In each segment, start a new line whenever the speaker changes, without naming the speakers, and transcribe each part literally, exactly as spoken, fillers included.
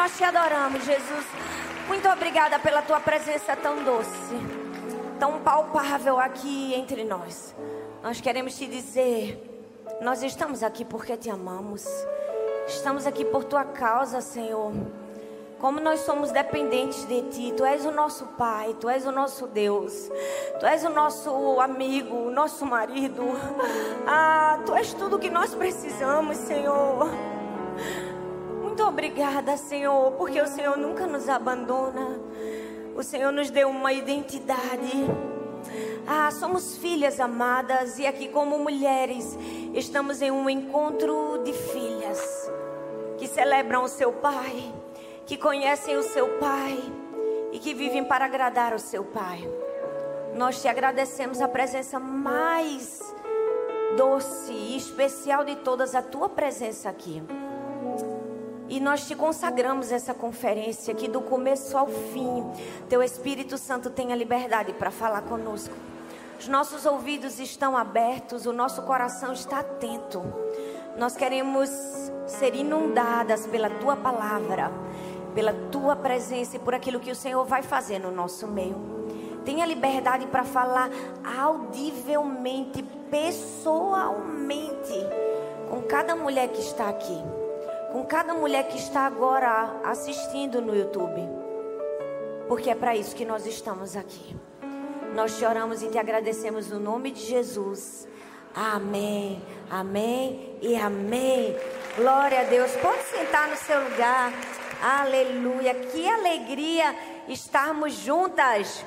Nós te adoramos, Jesus. Muito obrigada pela tua presença tão doce, tão palpável aqui entre nós. Nós queremos te dizer, nós estamos aqui porque te amamos. Estamos aqui por tua causa, Senhor. Como nós somos dependentes de ti. Tu és o nosso Pai, tu és o nosso Deus. Tu és o nosso amigo, o nosso marido. Ah, tu és tudo que nós precisamos, Senhor. Muito obrigada, Senhor, porque o Senhor nunca nos abandona. O Senhor nos deu uma identidade. Ah, somos filhas amadas e aqui como mulheres estamos em um encontro de filhas que celebram o seu Pai, que conhecem o seu Pai e que vivem para agradar o seu Pai. Nós te agradecemos a presença mais doce e especial de todas, a tua presença aqui. E nós te consagramos essa conferência, que do começo ao fim, teu Espírito Santo tenha liberdade para falar conosco. Os nossos ouvidos estão abertos, o nosso coração está atento. Nós queremos ser inundadas pela tua palavra, pela tua presença e por aquilo que o Senhor vai fazer no nosso meio. Tenha liberdade para falar audivelmente, pessoalmente, com cada mulher que está aqui. Com cada mulher que está agora assistindo no YouTube. Porque é para isso que nós estamos aqui. Nós te oramos e te agradecemos no nome de Jesus. Amém, amém e amém. Glória a Deus. Pode sentar no seu lugar. Aleluia. Que alegria estarmos juntas.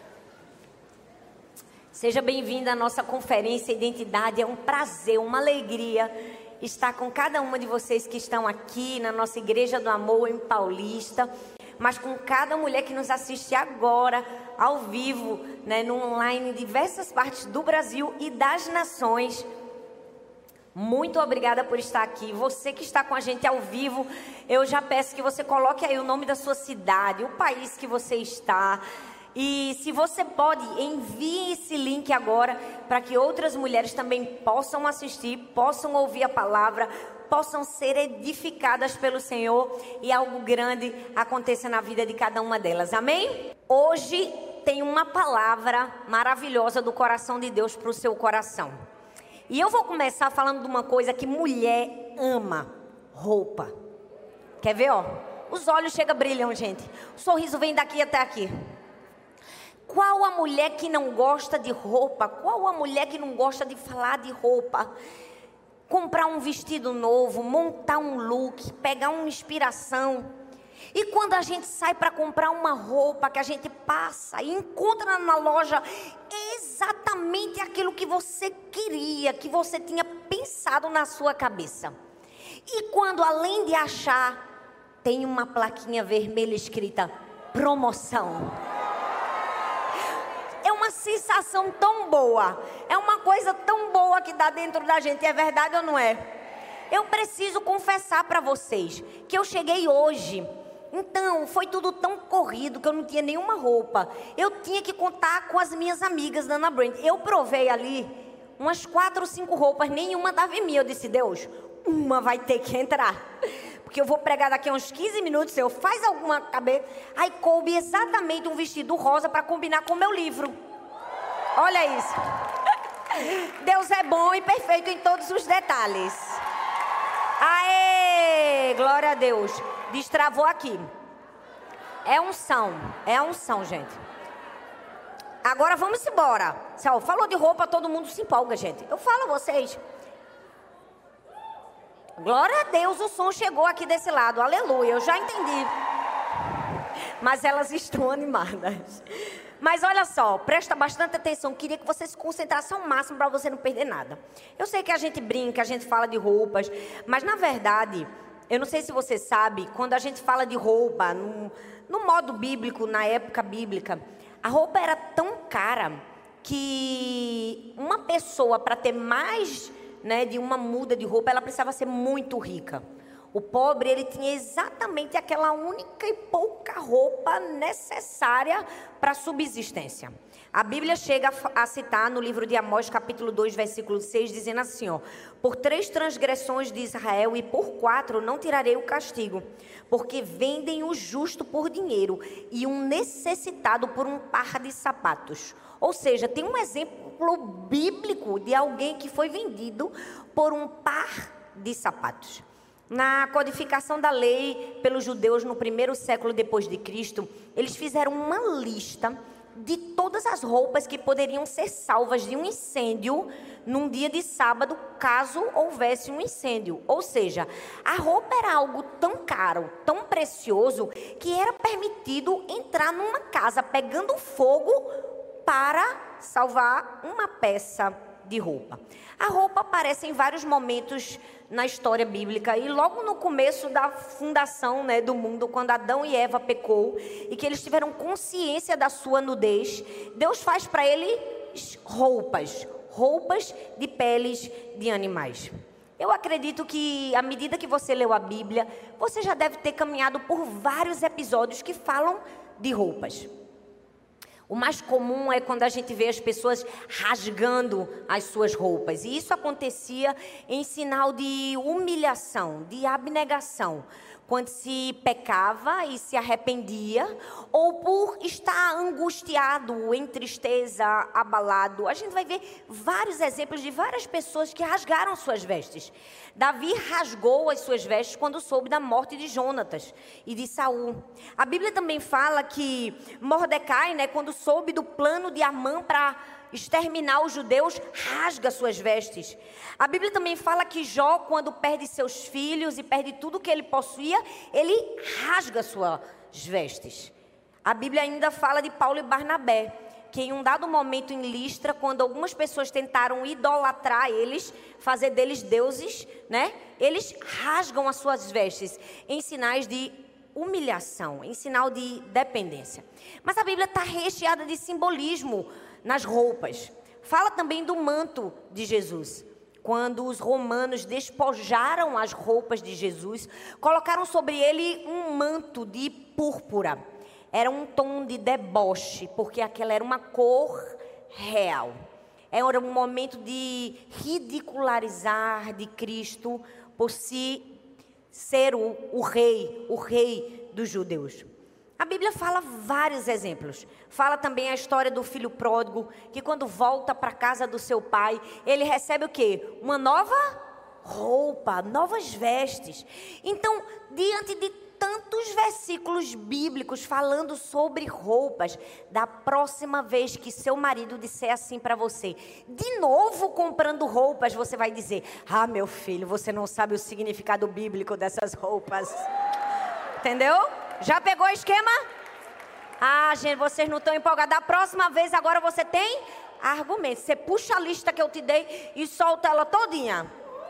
Seja bem-vinda à nossa conferência Identidade. É um prazer, uma alegria estar com cada uma de vocês que estão aqui na nossa Igreja do Amor em Paulista, mas com cada mulher que nos assiste agora, ao vivo, né, no online, em diversas partes do Brasil e das nações. Muito obrigada por estar aqui. Você que está com a gente ao vivo, eu já peço que você coloque aí o nome da sua cidade, o país que você está. E se você pode, envie esse link agora para que outras mulheres também possam assistir, possam ouvir a palavra, possam ser edificadas pelo Senhor e algo grande aconteça na vida de cada uma delas. Amém? Hoje tem uma palavra maravilhosa do coração de Deus para o seu coração. E eu vou começar falando de uma coisa que mulher ama: roupa. Quer ver, ó? Os olhos chegam, brilham, gente. O sorriso vem daqui até aqui. Qual a mulher que não gosta de roupa? Qual a mulher que não gosta de falar de roupa? Comprar um vestido novo, montar um look, pegar uma inspiração. E quando a gente sai para comprar uma roupa, que a gente passa e encontra na loja exatamente aquilo que você queria, que você tinha pensado na sua cabeça. E quando, além de achar, tem uma plaquinha vermelha escrita promoção. É uma sensação tão boa, é uma coisa tão boa que dá dentro da gente, é verdade ou não é? Eu preciso confessar para vocês que eu cheguei hoje, então foi tudo tão corrido que eu não tinha nenhuma roupa. Eu tinha que contar com as minhas amigas da Ana Brand. Eu provei ali umas quatro ou cinco roupas, nenhuma dava em mim. Eu disse: Deus, uma vai ter que entrar, porque eu vou pregar daqui a uns quinze minutos. Eu faz alguma cabeça. Aí coube exatamente um vestido rosa para combinar com o meu livro. Olha isso. Deus é bom e perfeito em todos os detalhes. Aê, glória a Deus. Destravou aqui. É unção, é unção, gente. Agora vamos embora. Falou de roupa, todo mundo se empolga, gente. Eu falo a vocês. Glória a Deus, o som chegou aqui desse lado. Aleluia, eu já entendi. Mas elas estão animadas. Mas olha só, presta bastante atenção. Queria que você se concentrasse ao máximo para você não perder nada. Eu sei que a gente brinca, a gente fala de roupas, mas na verdade, eu não sei se você sabe, quando a gente fala de roupa, no, no modo bíblico, na época bíblica, a roupa era tão cara que uma pessoa, para ter mais, né, de uma muda de roupa, ela precisava ser muito rica. O pobre, ele tinha exatamente aquela única e pouca roupa necessária para a subsistência. A Bíblia chega a citar no livro de Amós, capítulo dois, versículo seis, dizendo assim, ó: por três transgressões de Israel e por quatro não tirarei o castigo, porque vendem o justo por dinheiro e um necessitado por um par de sapatos. Ou seja, tem um exemplo bíblico de alguém que foi vendido por um par de sapatos. Na codificação da lei pelos judeus no primeiro século depois de Cristo, eles fizeram uma lista de todas as roupas que poderiam ser salvas de um incêndio num dia de sábado, caso houvesse um incêndio. Ou seja, a roupa era algo tão caro, tão precioso, que era permitido entrar numa casa pegando fogo para salvar uma peça de roupa. A roupa aparece em vários momentos na história bíblica e logo no começo da fundação, né, do mundo, quando Adão e Eva pecou e que eles tiveram consciência da sua nudez, Deus faz para eles roupas, roupas de peles de animais. Eu acredito que à medida que você leu a Bíblia, você já deve ter caminhado por vários episódios que falam de roupas. O mais comum é quando a gente vê as pessoas rasgando as suas roupas. E isso acontecia em sinal de humilhação, de abnegação. Quando se pecava e se arrependia, ou por estar angustiado, em tristeza, abalado. A gente vai ver vários exemplos de várias pessoas que rasgaram suas vestes. Davi rasgou as suas vestes quando soube da morte de Jonatas e de Saul. A Bíblia também fala que Mordecai, né, quando soube do plano de Amã para exterminar os judeus, rasga suas vestes. A Bíblia também fala que Jó, quando perde seus filhos e perde tudo que ele possuía, ele rasga suas vestes. A Bíblia ainda fala de Paulo e Barnabé, que em um dado momento em Listra, quando algumas pessoas tentaram idolatrar eles, fazer deles deuses, né? Eles rasgam as suas vestes em sinais de humilhação, em sinal de dependência. Mas a Bíblia está recheada de simbolismo nas roupas. Fala também do manto de Jesus. Quando os romanos despojaram as roupas de Jesus, colocaram sobre ele um manto de púrpura. Era um tom de deboche, porque aquela era uma cor real. Era um momento de ridicularizar de Cristo por si ser o, o rei, o rei dos judeus. A Bíblia fala vários exemplos. Fala também a história do filho pródigo, que quando volta para a casa do seu pai, ele recebe o quê? Uma nova roupa, novas vestes. Então, diante de tantos versículos bíblicos falando sobre roupas, da próxima vez que seu marido disser assim para você, de novo comprando roupas, você vai dizer: ah, meu filho, você não sabe o significado bíblico dessas roupas. Entendeu? Já pegou o esquema? Ah, gente, vocês não estão empolgados. Da próxima vez, agora você tem argumento. Você puxa a lista que eu te dei e solta ela todinha.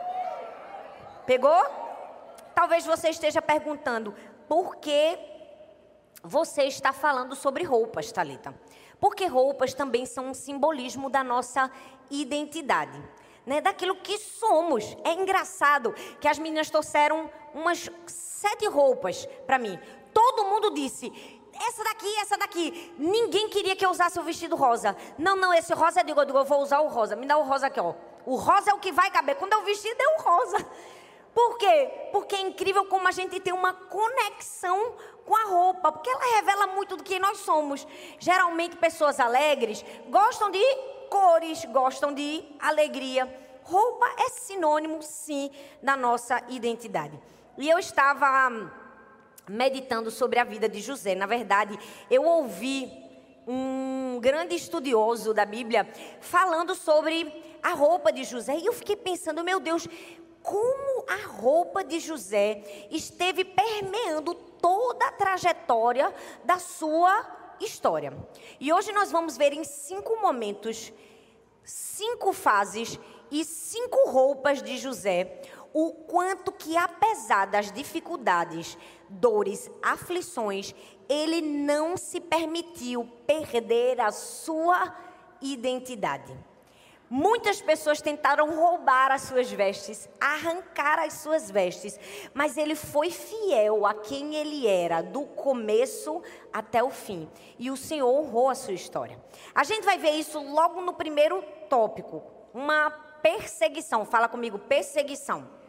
Pegou? Talvez você esteja perguntando, por que você está falando sobre roupas, Thalita? Porque roupas também são um simbolismo da nossa identidade, né? Daquilo que somos. É engraçado que as meninas trouxeram umas sete roupas para mim. Todo mundo disse, essa daqui, essa daqui. Ninguém queria que eu usasse o vestido rosa. Não, não, esse rosa é de eu digo, eu vou usar o rosa. Me dá o rosa aqui, ó. O rosa é o que vai caber. Quando eu vestir, deu o rosa. Por quê? Porque é incrível como a gente tem uma conexão com a roupa. Porque ela revela muito do que nós somos. Geralmente, pessoas alegres gostam de cores, gostam de alegria. Roupa é sinônimo, sim, da nossa identidade. E eu estava meditando sobre a vida de José. Na verdade, eu ouvi um grande estudioso da Bíblia falando sobre a roupa de José. E eu fiquei pensando, meu Deus, como a roupa de José esteve permeando toda a trajetória da sua história. E hoje nós vamos ver em cinco momentos, cinco fases e cinco roupas de José, o quanto que, apesar das dificuldades, dores, aflições, ele não se permitiu perder a sua identidade. Muitas pessoas tentaram roubar as suas vestes, arrancar as suas vestes, mas ele foi fiel a quem ele era, do começo até o fim. E o Senhor honrou a sua história. A gente vai ver isso logo no primeiro tópico, uma perseguição. Fala comigo, perseguição.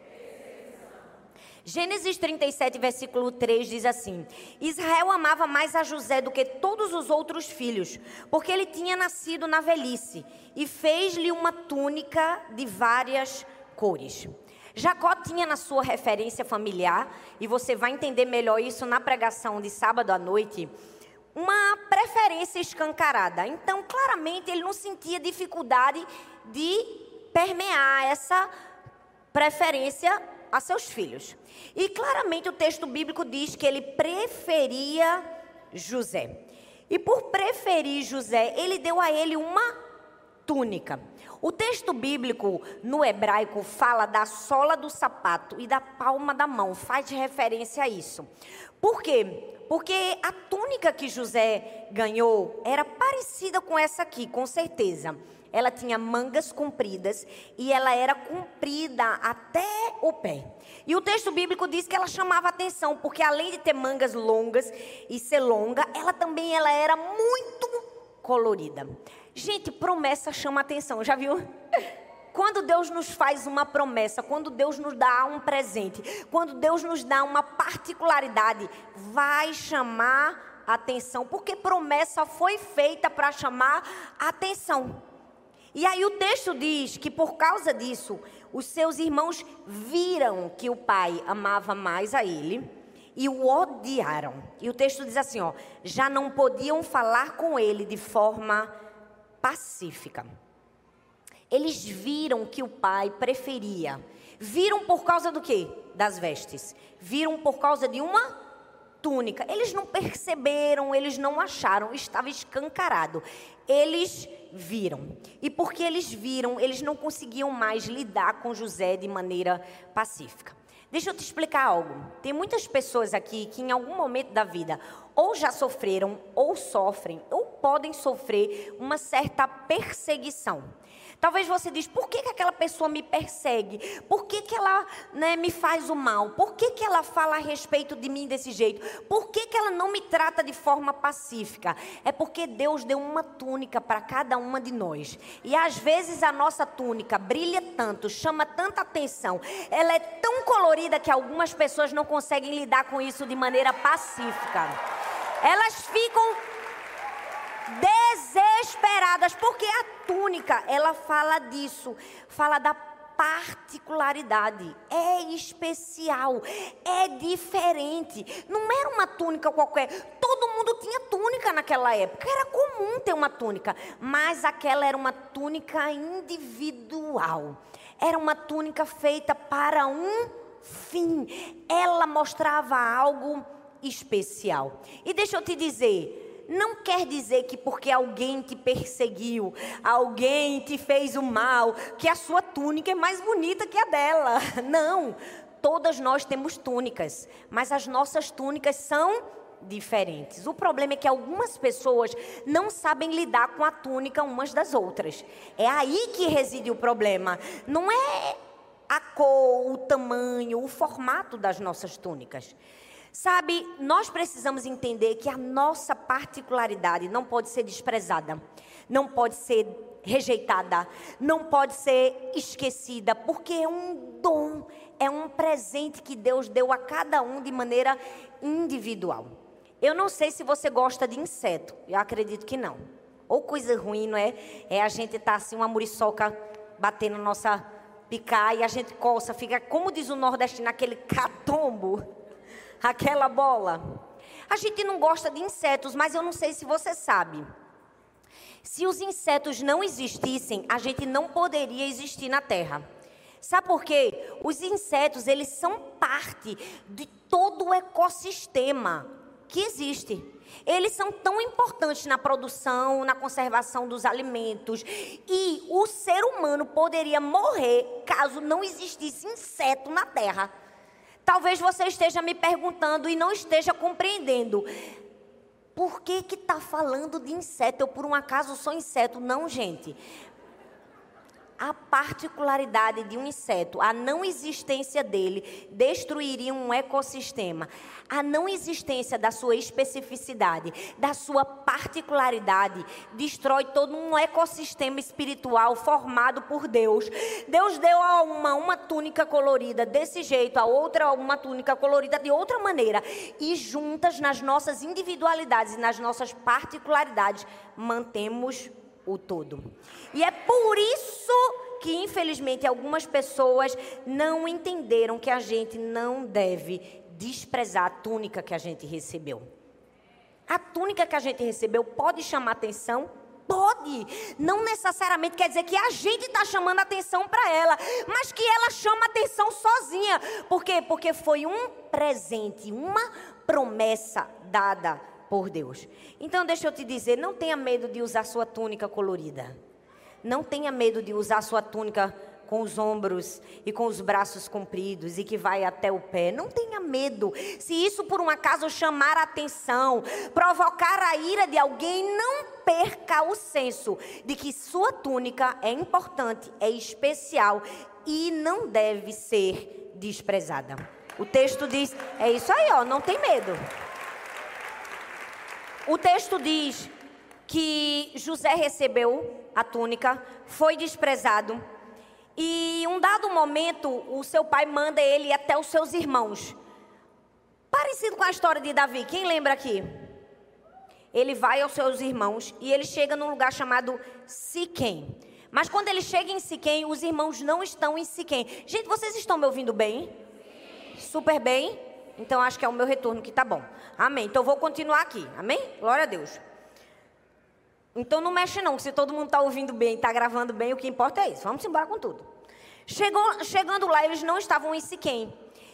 Gênesis trinta e sete, versículo três diz assim: Israel amava mais a José do que todos os outros filhos, porque ele tinha nascido na velhice, e fez-lhe uma túnica de várias cores. Jacó tinha na sua referência familiar, e você vai entender melhor isso na pregação de sábado à noite, uma preferência escancarada. Então, claramente, ele não sentia dificuldade de permear essa preferência a seus filhos. E claramente o texto bíblico diz que ele preferia José. E por preferir José, ele deu a ele uma túnica. O texto bíblico no hebraico fala da sola do sapato e da palma da mão, faz referência a isso. Por quê? Porque a túnica que José ganhou era parecida com essa aqui, com certeza. Ela tinha mangas compridas e ela era comprida até o pé. E o texto bíblico diz que ela chamava atenção, porque além de ter mangas longas e ser longa, ela também ela era muito colorida. Gente, promessa chama atenção, já viu? Quando Deus nos faz uma promessa, quando Deus nos dá um presente, quando Deus nos dá uma particularidade, vai chamar atenção, porque promessa foi feita para chamar atenção. E aí o texto diz que por causa disso, os seus irmãos viram que o pai amava mais a ele e o odiaram. E o texto diz assim, ó, já não podiam falar com ele de forma pacífica. Eles viram que o pai preferia. Viram por causa do quê? Das vestes. Viram por causa de uma túnica. Eles não perceberam, eles não acharam, estava escancarado. Eles viram. E porque eles viram, eles não conseguiam mais lidar com José de maneira pacífica. Deixa eu te explicar algo. Tem muitas pessoas aqui que em algum momento da vida ou já sofreram, ou sofrem, ou podem sofrer uma certa perseguição. Talvez você diz, por que que aquela pessoa me persegue? Por que que ela, né, me faz o mal? Por que que ela fala a respeito de mim desse jeito? Por que que ela não me trata de forma pacífica? É porque Deus deu uma túnica para cada uma de nós. E às vezes a nossa túnica brilha tanto, chama tanta atenção. Ela é tão colorida que algumas pessoas não conseguem lidar com isso de maneira pacífica. Elas ficam desesperadas, porque a túnica, ela fala disso, fala da particularidade, é especial, é diferente, não era uma túnica qualquer, todo mundo tinha túnica naquela época, era comum ter uma túnica, mas aquela era uma túnica individual, era uma túnica feita para um fim, ela mostrava algo especial. E deixa eu te dizer, não quer dizer que porque alguém te perseguiu, alguém te fez o mal, que a sua túnica é mais bonita que a dela. Não, todas nós temos túnicas, mas as nossas túnicas são diferentes. O problema é que algumas pessoas não sabem lidar com a túnica umas das outras. É aí que reside o problema. Não é a cor, o tamanho, o formato das nossas túnicas. Sabe, nós precisamos entender que a nossa particularidade não pode ser desprezada, não pode ser rejeitada, não pode ser esquecida, porque é um dom, é um presente que Deus deu a cada um de maneira individual. Eu não sei se você gosta de inseto, eu acredito que não. Ou coisa ruim, não é? É a gente estar assim, uma muriçoca batendo na nossa picar e a gente coça, fica, como diz o nordestino, aquele catombo. Aquela bola. A gente não gosta de insetos, mas eu não sei se você sabe. Se os insetos não existissem, a gente não poderia existir na Terra. Sabe por quê? Os insetos, eles são parte de todo o ecossistema que existe. Eles são tão importantes na produção, na conservação dos alimentos. E o ser humano poderia morrer caso não existisse inseto na Terra. Talvez você esteja me perguntando e não esteja compreendendo. Por que que está falando de inseto? Eu por um acaso sou inseto? Não, gente. A particularidade de um inseto, a não existência dele, destruiria um ecossistema. A não existência da sua especificidade, da sua particularidade, destrói todo um ecossistema espiritual formado por Deus. Deus deu a uma uma túnica colorida desse jeito, a outra uma túnica colorida de outra maneira. E juntas nas nossas individualidades e nas nossas particularidades, mantemos o todo. E é por isso que, infelizmente, algumas pessoas não entenderam que a gente não deve desprezar a túnica que a gente recebeu. A túnica que a gente recebeu pode chamar atenção? Pode. Não necessariamente quer dizer que a gente está chamando atenção para ela, mas que ela chama atenção sozinha. Por quê? Porque foi um presente, uma promessa dada por Deus. Então deixa eu te dizer, não tenha medo de usar sua túnica colorida. Não tenha medo de usar sua túnica com os ombros e com os braços compridos e que vai até o pé. Não tenha medo. Se isso por um acaso chamar a atenção, provocar a ira de alguém, não perca o senso de que sua túnica é importante, é especial e não deve ser desprezada. O texto diz, é isso aí, ó, não tem medo. O texto diz que José recebeu a túnica, foi desprezado. E um dado momento, o seu pai manda ele até os seus irmãos. Parecido com a história de Davi, quem lembra aqui? Ele vai aos seus irmãos e ele chega num lugar chamado Siquém. Mas quando ele chega em Siquém, os irmãos não estão em Siquém. Gente, vocês estão me ouvindo bem? Super bem? Então acho que é o meu retorno que tá bom. Amém. Então eu vou continuar aqui. Amém? Glória a Deus. Então não mexe não, se todo mundo está ouvindo bem, está gravando bem, o que importa é isso. Vamos embora com tudo. Chegou, chegando lá, eles não estavam em Siquém.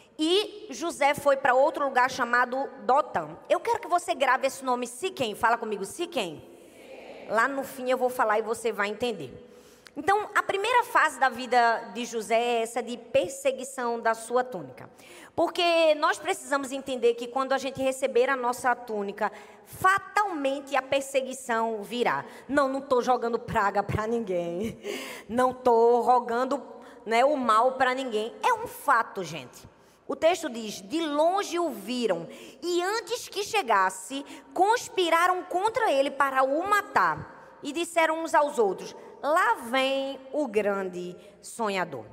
E José foi para outro lugar chamado Dotã. Eu quero que você grave esse nome Siquém. Fala comigo, Siquém. Lá no fim eu vou falar e você vai entender. Então, a primeira fase da vida de José é essa de perseguição da sua túnica. Porque nós precisamos entender que quando a gente receber a nossa túnica, fatalmente a perseguição virá. Não, não estou jogando praga para ninguém. Não estou rogando, né, o mal para ninguém. É um fato, gente. O texto diz, de longe o viram, e antes que chegasse, conspiraram contra ele para o matar. E disseram uns aos outros, lá vem o grande sonhador.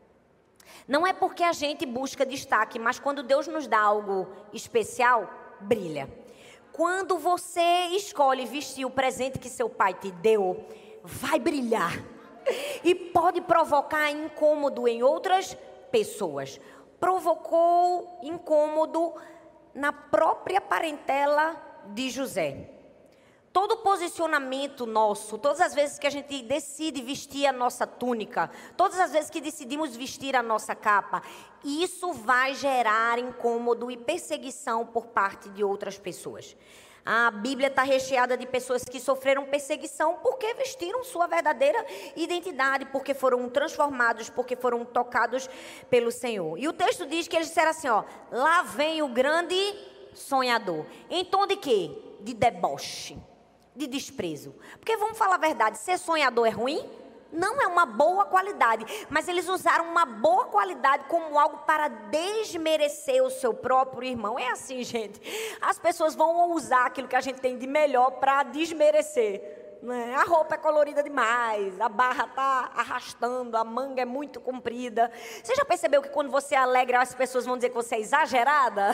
Não é porque a gente busca destaque, mas quando Deus nos dá algo especial, brilha. Quando você escolhe vestir o presente que seu pai te deu, vai brilhar. E pode provocar incômodo em outras pessoas. Provocou incômodo na própria parentela de José. Todo posicionamento nosso, todas as vezes que a gente decide vestir a nossa túnica, todas as vezes que decidimos vestir a nossa capa, isso vai gerar incômodo e perseguição por parte de outras pessoas. A Bíblia está recheada de pessoas que sofreram perseguição porque vestiram sua verdadeira identidade, porque foram transformados, porque foram tocados pelo Senhor. E o texto diz que eles disseram assim, ó, lá vem o grande sonhador. Em tom de quê? De deboche. De desprezo. Porque vamos falar a verdade, ser sonhador é ruim? Não é uma boa qualidade, mas eles usaram uma boa qualidade como algo para desmerecer o seu próprio irmão. É assim, gente. As pessoas vão usar aquilo que a gente tem de melhor para desmerecer. Né? A roupa é colorida demais, a barra está arrastando, a manga é muito comprida. Você já percebeu que quando você é alegre, as pessoas vão dizer que você é exagerada?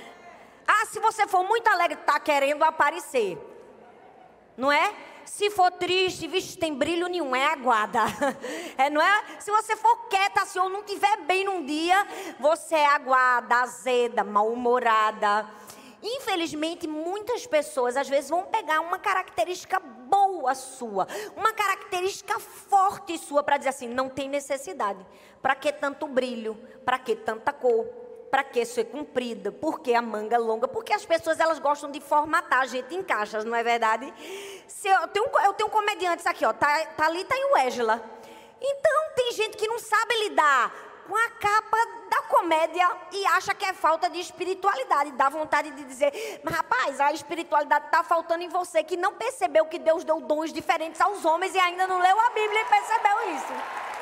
Ah, se você for muito alegre, está querendo aparecer. Não é? Se for triste, vixe, tem brilho nenhum, é aguada. É, não é? Se você for quieta, se eu não estiver bem num dia, você é aguada, azeda, mal-humorada. Infelizmente, muitas pessoas, às vezes, vão pegar uma característica boa sua, uma característica forte sua, para dizer assim, não tem necessidade. Para que tanto brilho? Para que tanta cor? Para que ser comprida? Por que a manga longa? Porque as pessoas, elas gostam de formatar a gente em caixas, não é verdade? Se eu, tenho, eu tenho comediantes aqui, ó, Thalita e Wésila. Então, tem gente que não sabe lidar com a capa da comédia e acha que é falta de espiritualidade. Dá vontade de dizer, mas rapaz, a espiritualidade está faltando em você, que não percebeu que Deus deu dons diferentes aos homens e ainda não leu a Bíblia e percebeu isso.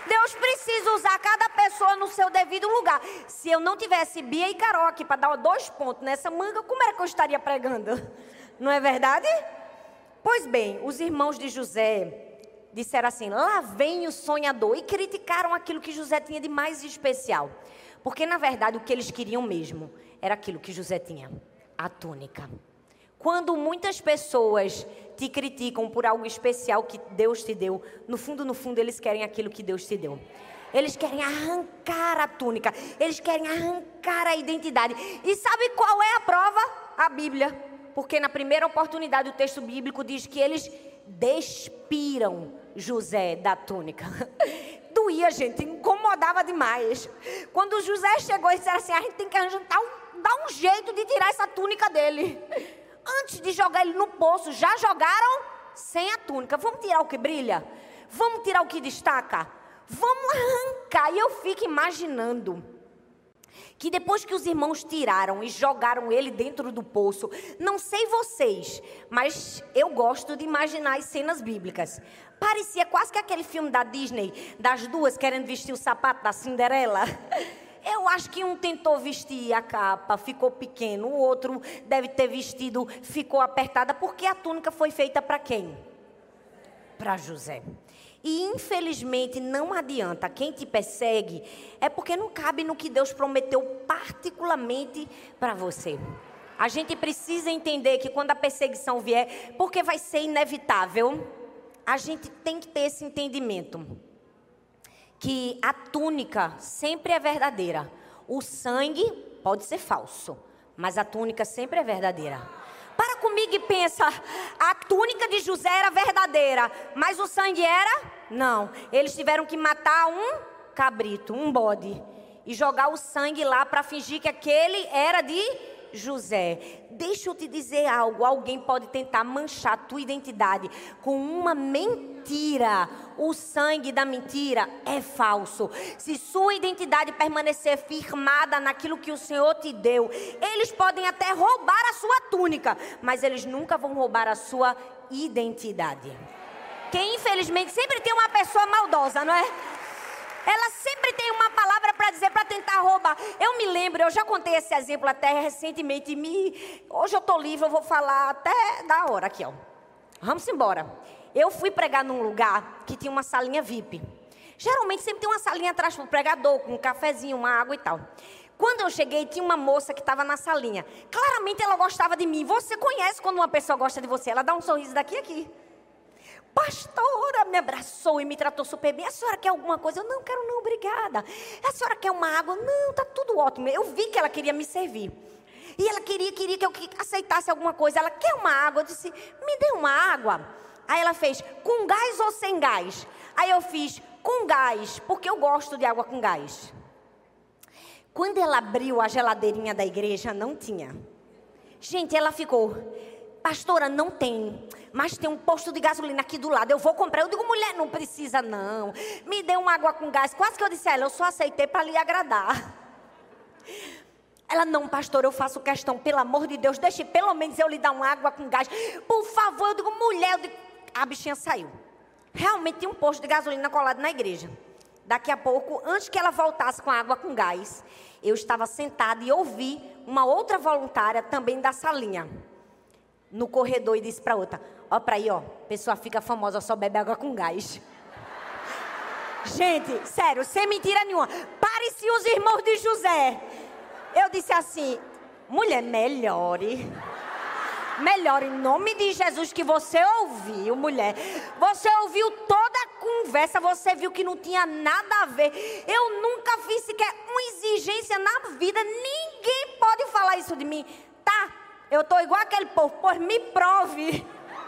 Deus precisa usar cada pessoa no seu devido lugar. Se eu não tivesse Bia e Carol aqui para dar dois pontos nessa manga, como era que eu estaria pregando? Não é verdade? Pois bem, os irmãos de José disseram assim: lá vem o sonhador. E criticaram aquilo que José tinha de mais especial. Porque na verdade o que eles queriam mesmo era aquilo que José tinha: a túnica. Quando muitas pessoas te criticam por algo especial que Deus te deu, no fundo, no fundo, eles querem aquilo que Deus te deu. Eles querem arrancar a túnica. Eles querem arrancar a identidade. E sabe qual é a prova? A Bíblia. Porque na primeira oportunidade o texto bíblico diz que eles despiram José da túnica. Doía, gente, incomodava demais. Quando José chegou e disse assim: a gente tem que arranjar, dar um jeito de tirar essa túnica dele. Antes de jogar ele no poço, já jogaram sem a túnica. Vamos tirar o que brilha? Vamos tirar o que destaca? Vamos arrancar. E eu fico imaginando que depois que os irmãos tiraram e jogaram ele dentro do poço, não sei vocês, mas eu gosto de imaginar as cenas bíblicas. Parecia quase que aquele filme da Disney, das duas querendo vestir o sapato da Cinderela. Eu acho que um tentou vestir a capa, ficou pequeno. O outro deve ter vestido, ficou apertada. Porque a túnica foi feita para quem? Para José. E infelizmente não adianta. Quem te persegue é porque não cabe no que Deus prometeu particularmente para você. A gente precisa entender que quando a perseguição vier, porque vai ser inevitável, a gente tem que ter esse entendimento. Que a túnica sempre é verdadeira. O sangue pode ser falso, mas a túnica sempre é verdadeira. Para comigo e pensa: a túnica de José era verdadeira, mas o sangue era? Não. Eles tiveram que matar um cabrito, um bode, e jogar o sangue lá para fingir que aquele era de José. Deixa eu te dizer algo: alguém pode tentar manchar a tua identidade com uma mentira. O sangue da mentira é falso. Se sua identidade permanecer firmada naquilo que o Senhor te deu, eles podem até roubar a sua túnica, mas eles nunca vão roubar a sua identidade. Que infelizmente sempre tem uma pessoa maldosa, não é? Ela sempre tem uma palavra para dizer, para tentar roubar. Eu me lembro, eu já contei esse exemplo até recentemente. Me... Hoje eu estou livre, eu vou falar até da hora aqui, ó. Vamos embora. Eu fui pregar num lugar que tinha uma salinha V I P. Geralmente sempre tem uma salinha atrás para o pregador, com um cafezinho, uma água e tal. Quando eu cheguei, tinha uma moça que estava na salinha. Claramente ela gostava de mim. Você conhece quando uma pessoa gosta de você? Ela dá um sorriso daqui a aqui. Pastora, me abraçou e me tratou super bem. A senhora quer alguma coisa? Eu não quero não, obrigada. A senhora quer uma água? Não, tá tudo ótimo. Eu vi que ela queria me servir. E ela queria, queria que eu aceitasse alguma coisa. Ela quer uma água? Eu disse, me dê uma água. Aí ela fez, com gás ou sem gás? Aí eu fiz, com gás, porque eu gosto de água com gás. Quando ela abriu a geladeirinha da igreja, não tinha. Gente, ela ficou, pastora, não tem, mas tem um posto de gasolina aqui do lado, eu vou comprar. Eu digo, mulher, não precisa não, me dê uma água com gás. Quase que eu disse a ela, eu só aceitei para lhe agradar. Ela, não, pastor, eu faço questão, pelo amor de Deus, deixe pelo menos eu lhe dar uma água com gás. Por favor, eu digo, mulher, eu digo, a bichinha saiu. Realmente tinha um posto de gasolina colado na igreja. Daqui a pouco, antes que ela voltasse com a água com gás, eu estava sentada e ouvi uma outra voluntária também da salinha no corredor e disse para outra, ó para aí, ó, pessoa fica famosa, só bebe água com gás. Gente, sério, sem mentira nenhuma, parecia os irmãos de José. Eu disse assim, mulher, melhore. Melhore em nome de Jesus, que você ouviu, mulher. Você ouviu toda a conversa, você viu que não tinha nada a ver. Eu nunca fiz sequer uma exigência na vida. Ninguém pode falar isso de mim. Tá, eu estou igual aquele povo, pois me prove.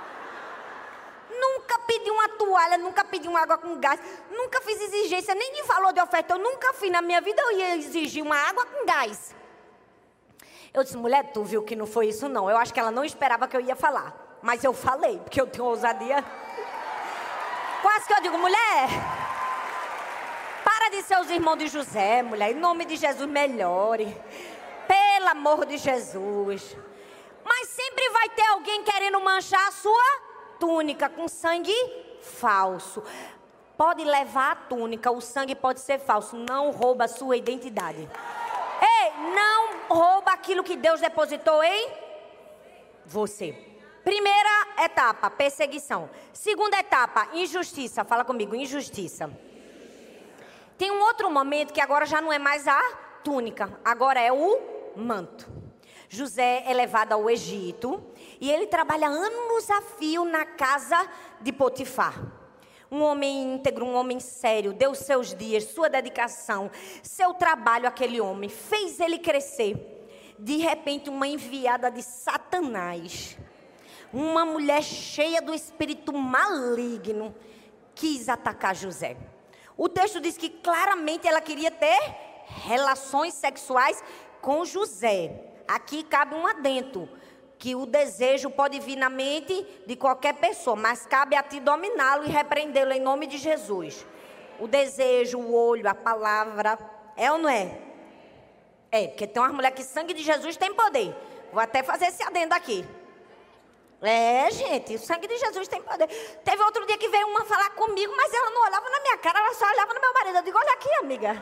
Nunca pedi uma toalha, nunca pedi uma água com gás. Nunca fiz exigência, nem de valor de oferta. Eu nunca fiz na minha vida, eu ia exigir uma água com gás. Eu disse, mulher, tu viu que não foi isso não. Eu acho que ela não esperava que eu ia falar. Mas eu falei, porque eu tenho ousadia. Quase que eu digo, mulher, para de ser os irmãos de José, mulher. Em nome de Jesus, melhore. Pelo amor de Jesus. Mas sempre vai ter alguém querendo manchar a sua túnica com sangue falso. pode levar a túnica, o sangue pode ser falso, não rouba a sua identidade. Ei, não rouba aquilo que Deus depositou em você. Primeira etapa, perseguição. Segunda etapa, injustiça. Fala comigo, injustiça. Tem um outro momento que agora já não é mais a túnica, agora é o manto. José é levado ao Egito e ele trabalha anos a fio na casa de Potifar. Um homem íntegro, um homem sério, deu seus dias, sua dedicação, seu trabalho àquele homem, fez ele crescer. De repente, uma enviada de Satanás, uma mulher cheia do espírito maligno, quis atacar José. O texto diz que claramente ela queria ter relações sexuais com José. Aqui cabe um adendo, que o desejo pode vir na mente de qualquer pessoa, mas cabe a ti dominá-lo e repreendê-lo em nome de Jesus. O desejo, o olho, a palavra, é ou não é? É, porque tem umas mulheres que sangue de Jesus tem poder. Vou até fazer esse adendo aqui. É, gente, o sangue de Jesus tem poder. Teve outro dia que veio uma falar comigo, mas ela não olhava na minha cara, ela só olhava no meu marido. Eu digo, olha aqui, amiga.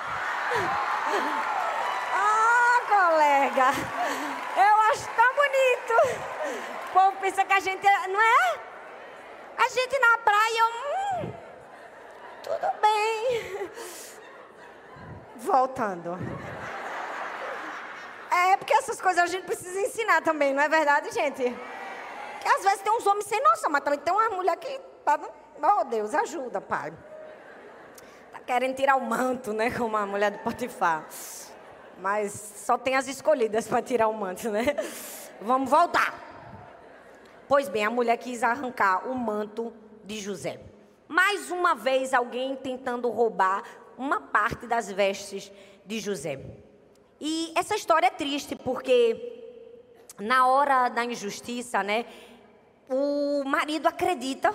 Ah, colega, eu acho tão bonito. O povo pensa que a gente, não é? A gente na praia, eu, hum, tudo bem. Voltando. É, porque essas coisas a gente precisa ensinar também, não é verdade, gente? Porque às vezes tem uns homens sem noção, mas também tem uma mulher que tá, oh Deus, ajuda, pai. Tá querendo tirar o manto, né, como a mulher do Potifar. Mas só tem as escolhidas para tirar o manto, né? Vamos voltar. Pois bem, a mulher quis arrancar o manto de José. Mais uma vez, alguém tentando roubar uma parte das vestes de José. E essa história é triste, porque na hora da injustiça, né, o marido acredita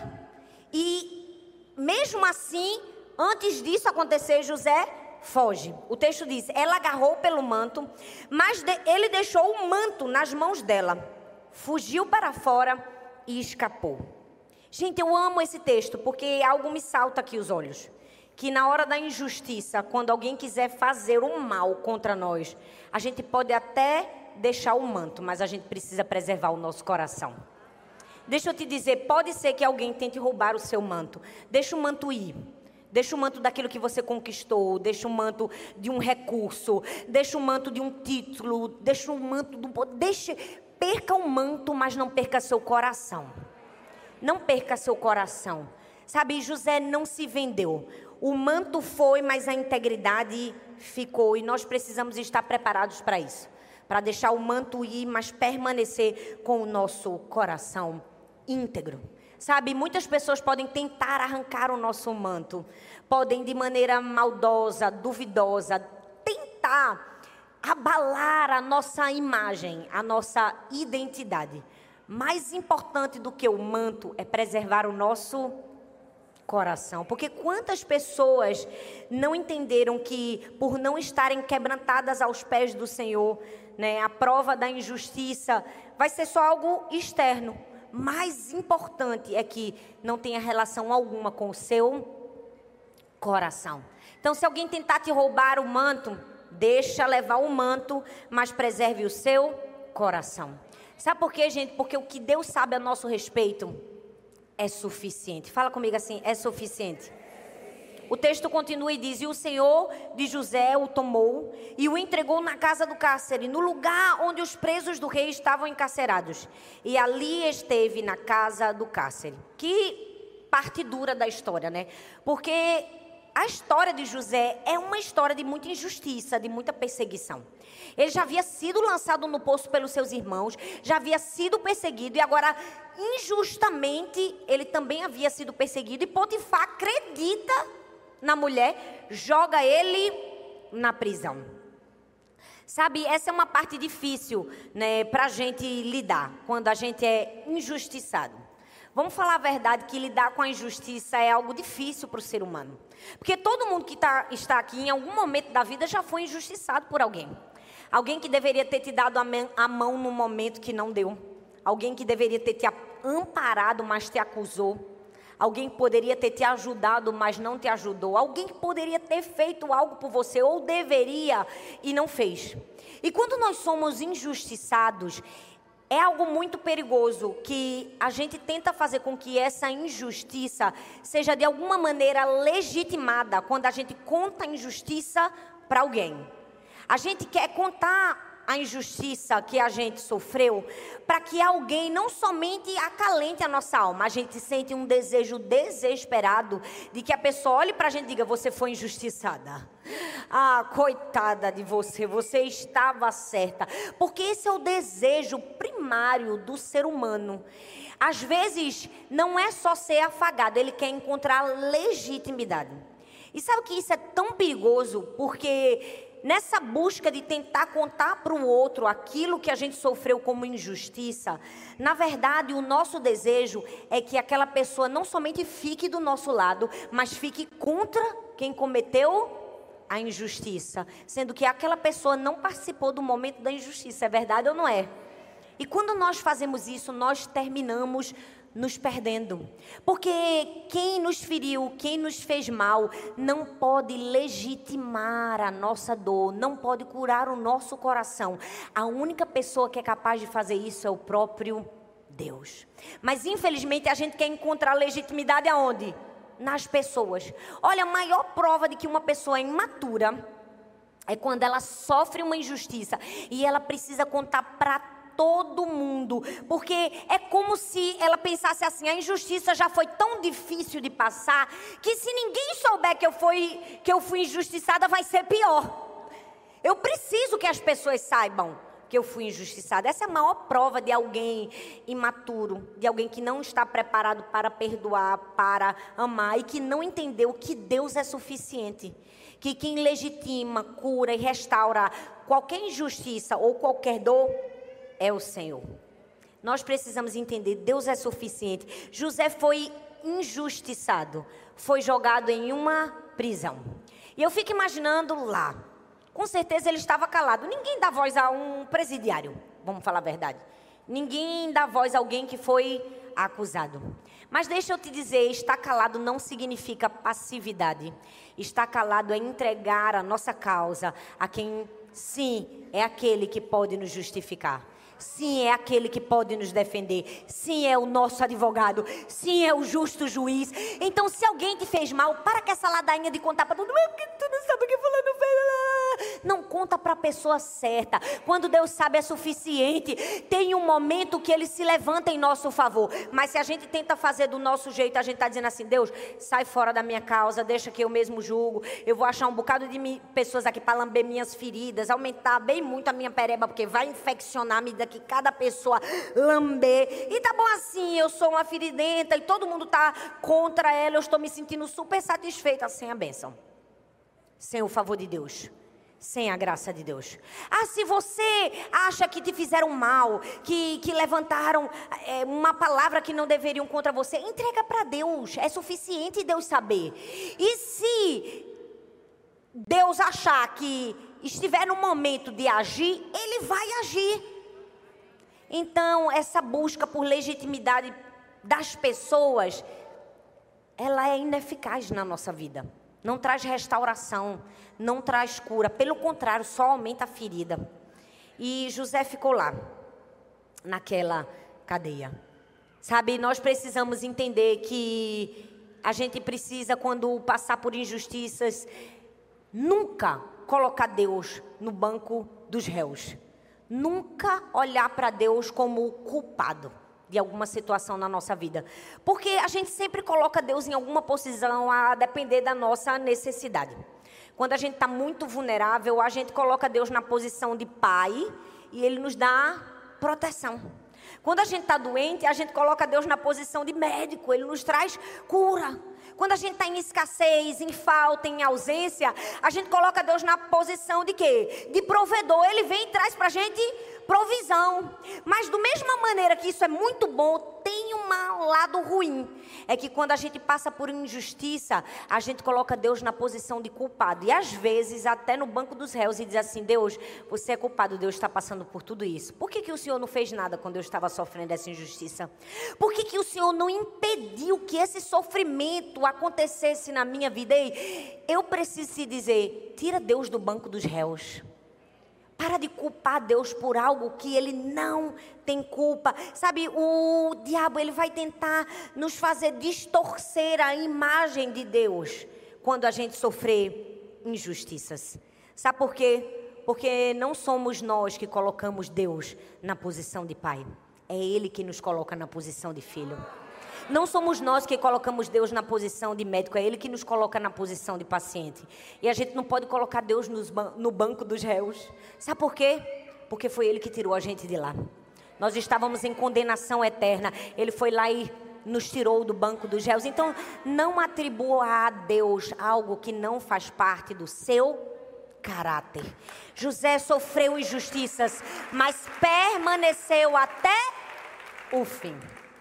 e, mesmo assim, antes disso acontecer, José foge. O texto diz, ela agarrou pelo manto, mas de, ele deixou o manto nas mãos dela, fugiu para fora e escapou. Gente, eu amo esse texto, porque algo me salta aqui os olhos. Que na hora da injustiça, quando alguém quiser fazer o mal contra nós, a gente pode até deixar o manto, mas a gente precisa preservar o nosso coração. Deixa eu te dizer, pode ser que alguém tente roubar o seu manto. Deixa o manto ir. Deixa o manto daquilo que você conquistou, deixa o manto de um recurso, deixa o manto de um título, deixa o manto do poder. Deixa, perca o manto, mas não perca seu coração. Não perca seu coração. Sabe, José não se vendeu. O manto foi, mas a integridade ficou. E nós precisamos estar preparados para isso. Para deixar o manto ir, mas permanecer com o nosso coração íntegro. Sabe, muitas pessoas podem tentar arrancar o nosso manto. Podem, de maneira maldosa, duvidosa, tentar abalar a nossa imagem, a nossa identidade. Mais importante do que o manto é preservar o nosso coração. Porque quantas pessoas não entenderam que, por não estarem quebrantadas aos pés do Senhor, né, a prova da injustiça vai ser só algo externo. Mais importante é que não tenha relação alguma com o seu coração. Então, se alguém tentar te roubar o manto, deixa levar o manto, mas preserve o seu coração. Sabe por quê, gente? Porque o que Deus sabe a nosso respeito é suficiente. Fala comigo assim, é suficiente. O texto continua e diz, e o Senhor de José o tomou e o entregou na casa do cárcere, no lugar onde os presos do rei estavam encarcerados. E ali esteve na casa do cárcere. Que parte dura da história, né? Porque a história de José é uma história de muita injustiça, de muita perseguição. Ele já havia sido lançado no poço pelos seus irmãos, já havia sido perseguido e agora, injustamente, ele também havia sido perseguido. E Potifar acredita na mulher, joga ele na prisão. Sabe, essa é uma parte difícil, né, para a gente lidar, quando a gente é injustiçado. Vamos falar a verdade que lidar com a injustiça é algo difícil para o ser humano. Porque todo mundo que tá, está aqui, em algum momento da vida, já foi injustiçado por alguém. Alguém que deveria ter te dado a mão no momento que não deu. Alguém que deveria ter te amparado, mas te acusou. Alguém que poderia ter te ajudado, mas não te ajudou. Alguém que poderia ter feito algo por você, ou deveria, e não fez. E quando nós somos injustiçados, é algo muito perigoso que a gente tenta fazer com que essa injustiça seja de alguma maneira legitimada quando a gente conta a injustiça para alguém. A gente quer contar a injustiça que a gente sofreu, para que alguém não somente acalente a nossa alma, a gente sente um desejo desesperado de que a pessoa olhe para a gente e diga: você foi injustiçada. Ah, coitada de você, você estava certa. Porque esse é o desejo primário do ser humano. Às vezes, não é só ser afagado, ele quer encontrar legitimidade. E sabe que isso é tão perigoso? Porque nessa busca de tentar contar para o outro aquilo que a gente sofreu como injustiça, na verdade, o nosso desejo é que aquela pessoa não somente fique do nosso lado, mas fique contra quem cometeu a injustiça, sendo que aquela pessoa não participou do momento da injustiça. É verdade ou não é? E quando nós fazemos isso, nós terminamos nos perdendo. Porque quem nos feriu, quem nos fez mal, não pode legitimar a nossa dor, não pode curar o nosso coração. A única pessoa que é capaz de fazer isso é o próprio Deus. Mas infelizmente a gente quer encontrar legitimidade aonde? Nas pessoas. Olha, a maior prova de que uma pessoa é imatura é quando ela sofre uma injustiça e ela precisa contar para todo mundo, porque é como se ela pensasse assim: a injustiça já foi tão difícil de passar, que se ninguém souber que eu fui, que eu fui injustiçada, vai ser pior. Eu preciso que as pessoas saibam que eu fui injustiçada. Essa é a maior prova de alguém imaturo, de alguém que não está preparado para perdoar, para amar, e que não entendeu que Deus é suficiente, que quem legitima, cura e restaura qualquer injustiça ou qualquer dor é o Senhor. Nós precisamos entender, Deus é suficiente. José foi injustiçado, foi jogado em uma prisão. E eu fico imaginando lá, com certeza ele estava calado. Ninguém dá voz a um presidiário, vamos falar a verdade. Ninguém dá voz a alguém que foi acusado. Mas deixa eu te dizer, estar calado não significa passividade. Estar calado é entregar a nossa causa a quem, sim, é aquele que pode nos justificar. Sim, é aquele que pode nos defender. Sim, é o nosso advogado. Sim, é o justo juiz. Então, se alguém te fez mal, para com essa ladainha de contar para todo mundo, porque tu não sabe o que fulano fez. Não conta para a pessoa certa. Quando Deus sabe é suficiente. Tem um momento que Ele se levanta em nosso favor. Mas se a gente tenta fazer do nosso jeito, a gente está dizendo assim: Deus, sai fora da minha causa, deixa que eu mesmo julgo. Eu vou achar um bocado de mi- pessoas aqui para lamber minhas feridas, aumentar bem muito a minha pereba, porque vai infeccionar a medida que cada pessoa lamber. E tá bom assim, eu sou uma feridenta e todo mundo tá contra ela, eu estou me sentindo super satisfeita sem a bênção, sem o favor de Deus, sem a graça de Deus. Ah, se você acha que te fizeram mal, que, que levantaram é, uma palavra que não deveriam contra você, entrega para Deus, é suficiente Deus saber. E se Deus achar que estiver no momento de agir, Ele vai agir. Então, essa busca por legitimidade das pessoas, ela é ineficaz na nossa vida. Não traz restauração, não traz cura. Pelo contrário, só aumenta a ferida. E José ficou lá, naquela cadeia. Sabe, nós precisamos entender que a gente precisa, quando passar por injustiças, nunca colocar Deus no banco dos réus. Nunca olhar para Deus como culpado de alguma situação na nossa vida. Porque a gente sempre coloca Deus em alguma posição a depender da nossa necessidade. Quando a gente está muito vulnerável, a gente coloca Deus na posição de pai e Ele nos dá proteção. Quando a gente está doente, a gente coloca Deus na posição de médico, Ele nos traz cura. Quando a gente está em escassez, em falta, em ausência, a gente coloca Deus na posição de quê? De provedor. Ele vem e traz para a gente provisão. Mas, da mesma maneira que isso é muito bom, tem um um lado ruim. É que quando a gente passa por injustiça, a gente coloca Deus na posição de culpado. E às vezes, até no banco dos réus, e diz assim: Deus, você é culpado, Deus está passando por tudo isso. Por que que o Senhor não fez nada quando eu estava sofrendo essa injustiça? Por que que o Senhor não impediu que esse sofrimento acontecesse na minha vida? Ei, eu preciso te dizer, tira Deus do banco dos réus. Para de culpar Deus por algo que Ele não tem culpa. Sabe, o diabo ele vai tentar nos fazer distorcer a imagem de Deus quando a gente sofrer injustiças. Sabe por quê? Porque não somos nós que colocamos Deus na posição de pai. É Ele que nos coloca na posição de filho. Não somos nós que colocamos Deus na posição de médico, é Ele que nos coloca na posição de paciente. E a gente não pode colocar Deus nos ban- no banco dos réus. Sabe por quê? Porque foi Ele que tirou a gente de lá. Nós estávamos em condenação eterna. Ele foi lá e nos tirou do banco dos réus. Então, não atribua a Deus algo que não faz parte do seu caráter. José sofreu injustiças, mas permaneceu até o fim.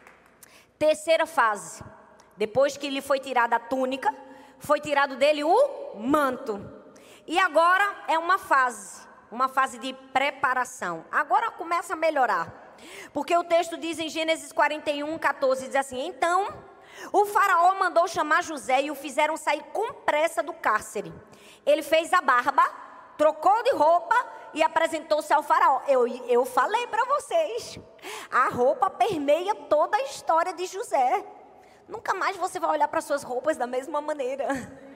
Terceira fase, depois que lhe foi tirada a túnica, foi tirado dele o manto. E agora é uma fase, uma fase de preparação. Agora começa a melhorar. Porque o texto diz em Gênesis quarenta e um, catorze, diz assim: então o faraó mandou chamar José e o fizeram sair com pressa do cárcere. Ele fez a barba, trocou de roupa e apresentou-se ao faraó. Eu, eu falei para vocês, a roupa permeia toda a história de José. Nunca mais você vai olhar para suas roupas da mesma maneira.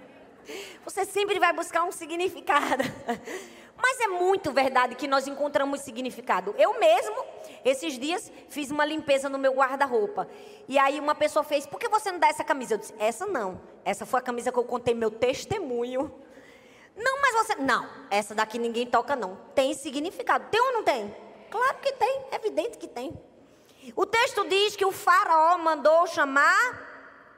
Você sempre vai buscar um significado. Mas é muito verdade que nós encontramos significado. Eu mesmo, esses dias, fiz uma limpeza no meu guarda-roupa. E aí uma pessoa fez: por que você não dá essa camisa? Eu disse: essa não. Essa foi a camisa que eu contei meu testemunho. Não, mas você... Não, essa daqui ninguém toca não. Tem significado. Tem ou não tem? Claro que tem, é evidente que tem. O texto diz que o faraó mandou chamar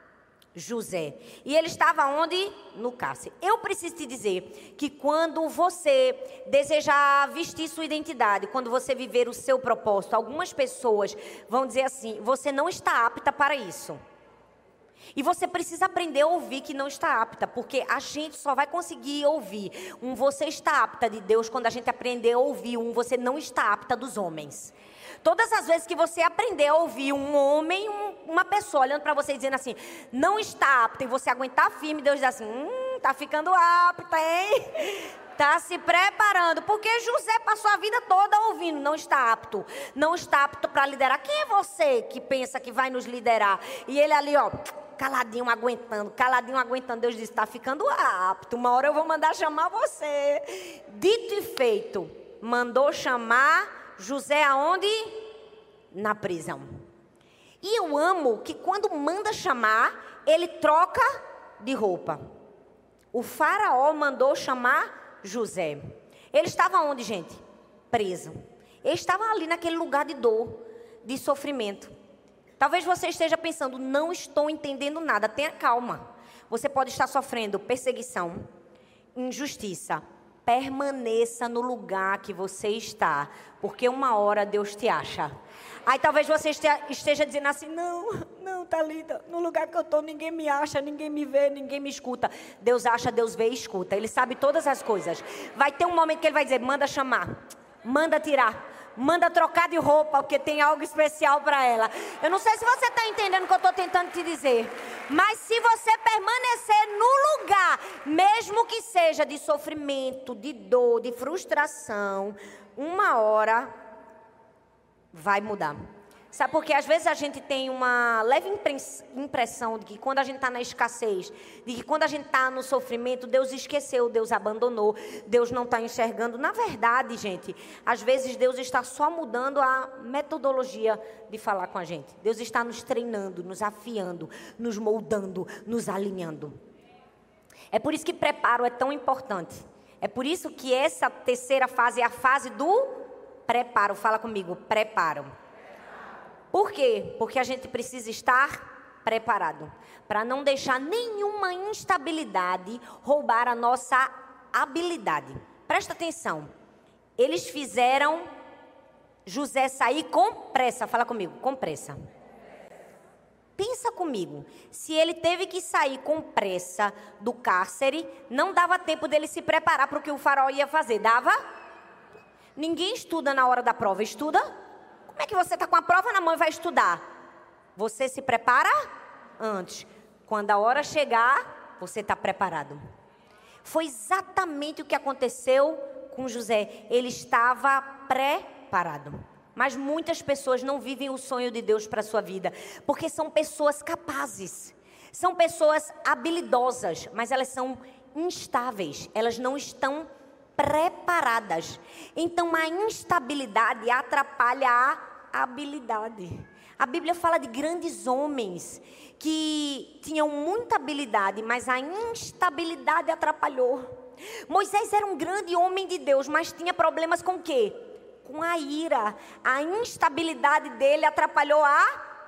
José. E ele estava onde? No cárcere. Eu preciso te dizer que quando você desejar vestir sua identidade, quando você viver o seu propósito, algumas pessoas vão dizer assim: você não está apta para isso. E você precisa aprender a ouvir que não está apta, porque a gente só vai conseguir ouvir um você está apta de Deus quando a gente aprender a ouvir um você não está apta dos homens. Todas as vezes que você aprender a ouvir um homem, um, uma pessoa olhando para você e dizendo assim, não está apta, e você aguentar firme, Deus diz assim, hum, tá ficando apta, hein? Tá se preparando, porque José passou a vida toda ouvindo, não está apto, não está apto para liderar. Quem é você que pensa que vai nos liderar? E ele ali, ó, caladinho, aguentando, caladinho, aguentando. Deus disse, está ficando apto, uma hora eu vou mandar chamar você. Dito e feito, mandou chamar José aonde? Na prisão. E eu amo que quando manda chamar, ele troca de roupa. O faraó mandou chamar José. Ele estava onde, gente? Preso. Ele estava ali naquele lugar de dor, de sofrimento. Talvez você esteja pensando, não estou entendendo nada. Tenha calma. Você pode estar sofrendo perseguição, injustiça. Permaneça no lugar que você está, porque uma hora Deus te acha. Aí talvez você esteja dizendo assim, não, não, Thalita, no lugar que eu estou ninguém me acha, ninguém me vê, ninguém me escuta. Deus acha, Deus vê e escuta, Ele sabe todas as coisas. Vai ter um momento que Ele vai dizer, manda chamar, manda tirar, manda trocar de roupa, porque tem algo especial para ela. Eu não sei se você está entendendo o que eu estou tentando te dizer, mas se você permanecer no lugar, mesmo que seja de sofrimento, de dor, de frustração, uma hora vai mudar. Sabe por quê? Às vezes a gente tem uma leve impressão de que quando a gente está na escassez, de que quando a gente está no sofrimento, Deus esqueceu, Deus abandonou, Deus não está enxergando. Na verdade, gente, às vezes Deus está só mudando a metodologia de falar com a gente. Deus está nos treinando, nos afiando, nos moldando, nos alinhando. É por isso que preparo é tão importante. É por isso que essa terceira fase é a fase do preparo. Fala comigo, preparo. Por quê? Porque a gente precisa estar preparado para não deixar nenhuma instabilidade roubar a nossa habilidade. Presta atenção. Eles fizeram José sair com pressa. Fala comigo, com pressa. pensa comigo, se ele teve que sair com pressa do cárcere, não dava tempo dele se preparar para o que o faraó ia fazer, dava? Ninguém estuda na hora da prova, estuda? Como é que você está com a prova na mão e vai estudar? Você se prepara antes. Quando a hora chegar, você está preparado. Foi exatamente o que aconteceu com José. Ele estava preparado. Mas muitas pessoas não vivem o sonho de Deus para a sua vida, porque são pessoas capazes, são pessoas habilidosas, mas elas são instáveis, elas não estão preparadas. Então a instabilidade atrapalha a habilidade. A Bíblia fala de grandes homens que tinham muita habilidade, mas a instabilidade atrapalhou. Moisés era um grande homem de Deus, mas tinha problemas com o quê? Com a ira. A instabilidade dele atrapalhou a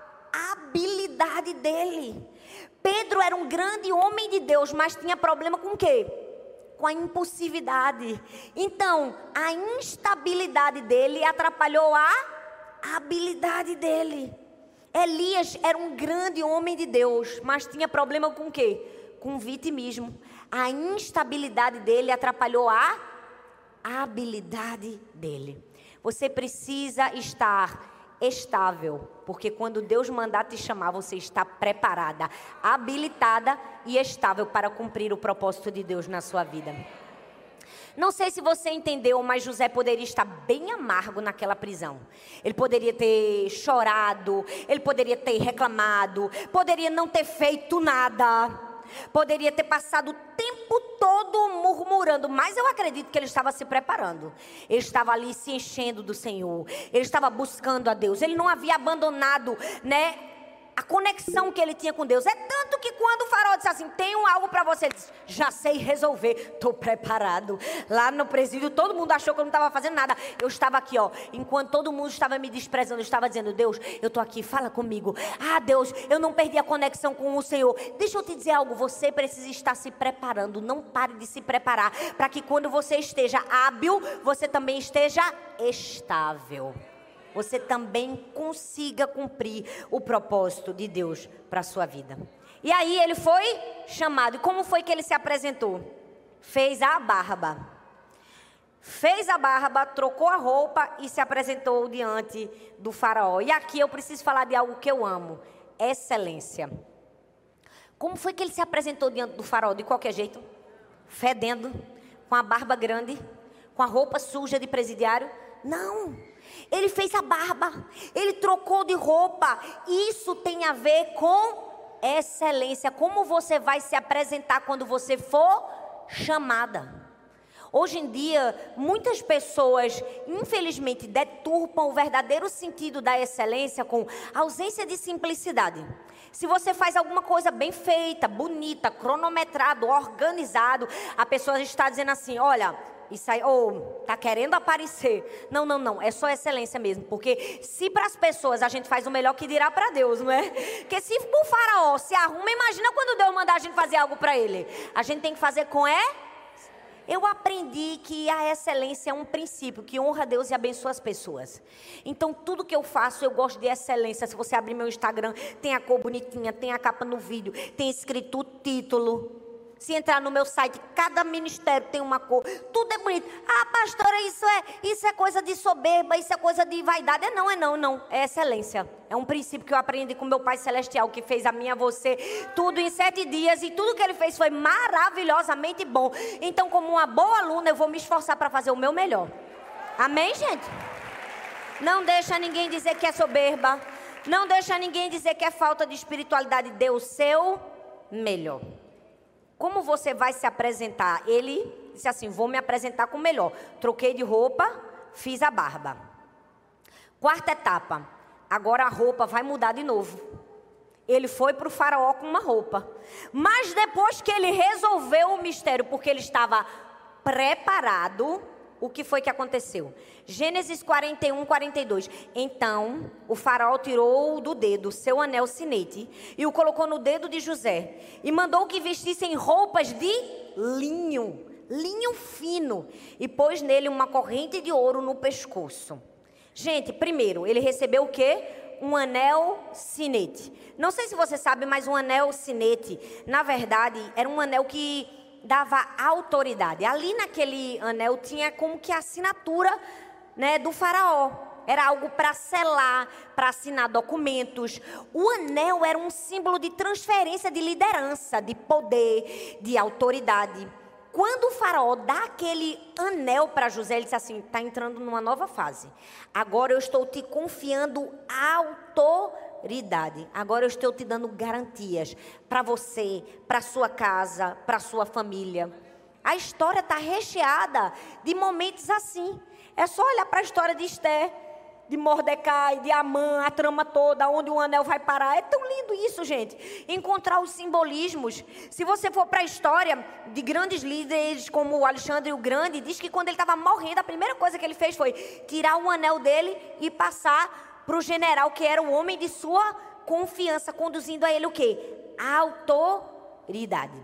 habilidade dele. Pedro era um grande homem de Deus, mas tinha problema com o quê? Com a impulsividade. Então, a instabilidade dele atrapalhou a habilidade dele. Elias era um grande homem de Deus, mas tinha problema com o quê? Com vitimismo. A instabilidade dele atrapalhou a habilidade dele. Você precisa estar estável, porque quando Deus mandar te chamar, você está preparada, habilitada e estável para cumprir o propósito de Deus na sua vida. Não sei se você entendeu, mas José poderia estar bem amargo naquela prisão. Ele poderia ter chorado, ele poderia ter reclamado, poderia não ter feito nada, poderia ter passado o tempo todo murmurando, mas eu acredito que ele estava se preparando. Ele estava ali se enchendo do Senhor, ele estava buscando a Deus, ele não havia abandonado, né, a conexão que ele tinha com Deus. É tanto que quando o faraó disse assim, tenho algo para você, ele disse, já sei resolver, estou preparado. Lá no presídio todo mundo achou que eu não estava fazendo nada, eu estava aqui, ó, enquanto todo mundo estava me desprezando, eu estava dizendo, Deus, eu estou aqui, fala comigo. Ah, Deus, eu não perdi a conexão com o Senhor. Deixa eu te dizer algo, você precisa estar se preparando, não pare de se preparar, para que quando você esteja hábil, você também esteja estável. Você também consiga cumprir o propósito de Deus para a sua vida. E aí ele foi chamado. E como foi que ele se apresentou? Fez a barba. Fez a barba, trocou a roupa e se apresentou diante do faraó. E aqui eu preciso falar de algo que eu amo. Excelência. Como foi que ele se apresentou diante do faraó? De qualquer jeito? Fedendo, com a barba grande, com a roupa suja de presidiário? Não. Ele fez a barba, ele trocou de roupa. Isso tem a ver com excelência. Como você vai se apresentar quando você for chamada? Hoje em dia, muitas pessoas, infelizmente, deturpam o verdadeiro sentido da excelência com ausência de simplicidade. Se você faz alguma coisa bem feita, bonita, cronometrado, organizado, a pessoa está dizendo assim, olha, isso aí, ou oh, tá querendo aparecer. Não, não, não, é só excelência mesmo. Porque se para as pessoas a gente faz o melhor, que dirá para Deus, não é? Porque se o faraó se arruma, imagina quando Deus mandar a gente fazer algo para ele. A gente tem que fazer com é... Eu aprendi que a excelência é um princípio que honra Deus e abençoa as pessoas. Então, tudo que eu faço, eu gosto de excelência. Se você abrir meu Instagram, tem a cor bonitinha, tem a capa no vídeo, tem escrito o título. Se entrar no meu site, cada ministério tem uma cor, tudo é bonito. Ah, pastora, isso é, isso é coisa de soberba, isso é coisa de vaidade. É não, é não, não, é excelência. É um princípio que eu aprendi com meu Pai Celestial, que fez a mim e a você, tudo em sete dias, e tudo que Ele fez foi maravilhosamente bom. Então, como uma boa aluna, eu vou me esforçar para fazer o meu melhor. Amém, gente? Não deixa ninguém dizer que é soberba, não deixa ninguém dizer que é falta de espiritualidade. Dê o seu melhor. Como você vai se apresentar? Ele disse assim, vou me apresentar com o melhor. Troquei de roupa, fiz a barba. Quarta etapa, agora a roupa vai mudar de novo. Ele foi para o faraó com uma roupa. Mas depois que ele resolveu o mistério, porque ele estava preparado, o que foi que aconteceu? Gênesis quarenta e um, quarenta e dois. Então, o faraó tirou do dedo seu anel sinete e o colocou no dedo de José. E mandou que vestissem roupas de linho, linho fino. E pôs nele uma corrente de ouro no pescoço. Gente, primeiro, ele recebeu o quê? um anel sinete. Não sei se você sabe, mas um anel sinete, na verdade, era um anel que dava autoridade. Ali naquele anel tinha como que a assinatura, né, do faraó. Era algo para selar, para assinar documentos. O anel era um símbolo de transferência de liderança, de poder, de autoridade. Quando o faraó dá aquele anel para José, ele disse assim, está entrando numa nova fase. Agora eu estou te confiando autoridade. Agora eu estou te dando garantias para você, para sua casa, para sua família. A história está recheada de momentos assim. É só olhar para a história de Esther, de Mordecai, de Amã, a trama toda, onde o anel vai parar. É tão lindo isso, gente. Encontrar os simbolismos. Se você for para a história de grandes líderes como o Alexandre o Grande, diz que quando ele estava morrendo, a primeira coisa que ele fez foi tirar o anel dele e passar para o general, que era o homem de sua confiança, conduzindo a ele o quê? A autoridade.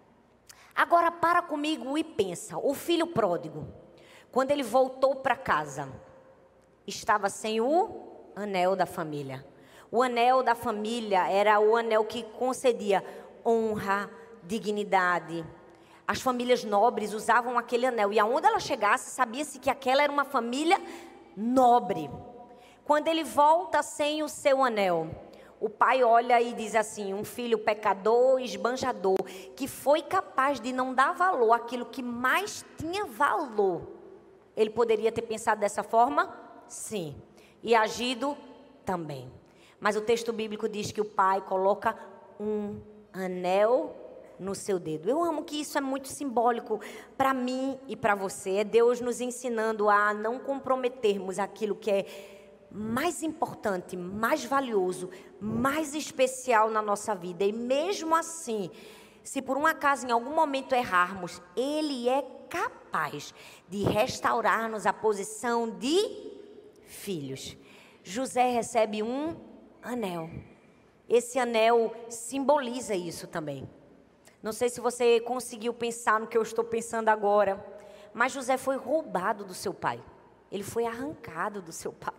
Agora para comigo e pensa. O filho pródigo, quando ele voltou para casa, estava sem o anel da família. O anel da família era o anel que concedia honra, dignidade. As famílias nobres usavam aquele anel. E aonde ela chegasse, sabia-se que aquela era uma família nobre. Quando ele volta sem o seu anel, o pai olha e diz assim, um filho pecador, esbanjador, que foi capaz de não dar valor àquilo que mais tinha valor. Ele poderia ter pensado dessa forma? Sim, e agido também. Mas o texto bíblico diz que o pai coloca um anel no seu dedo. Eu amo que isso é muito simbólico para mim e para você. É Deus nos ensinando a não comprometermos aquilo que é mais importante, mais valioso, mais especial na nossa vida. E mesmo assim, se por um acaso em algum momento errarmos, Ele é capaz de restaurar-nos a posição de filhos. José recebe um anel. Esse anel simboliza isso também. Não sei se você conseguiu pensar no que eu estou pensando agora, mas José foi roubado do seu pai. Ele foi arrancado do seu pai.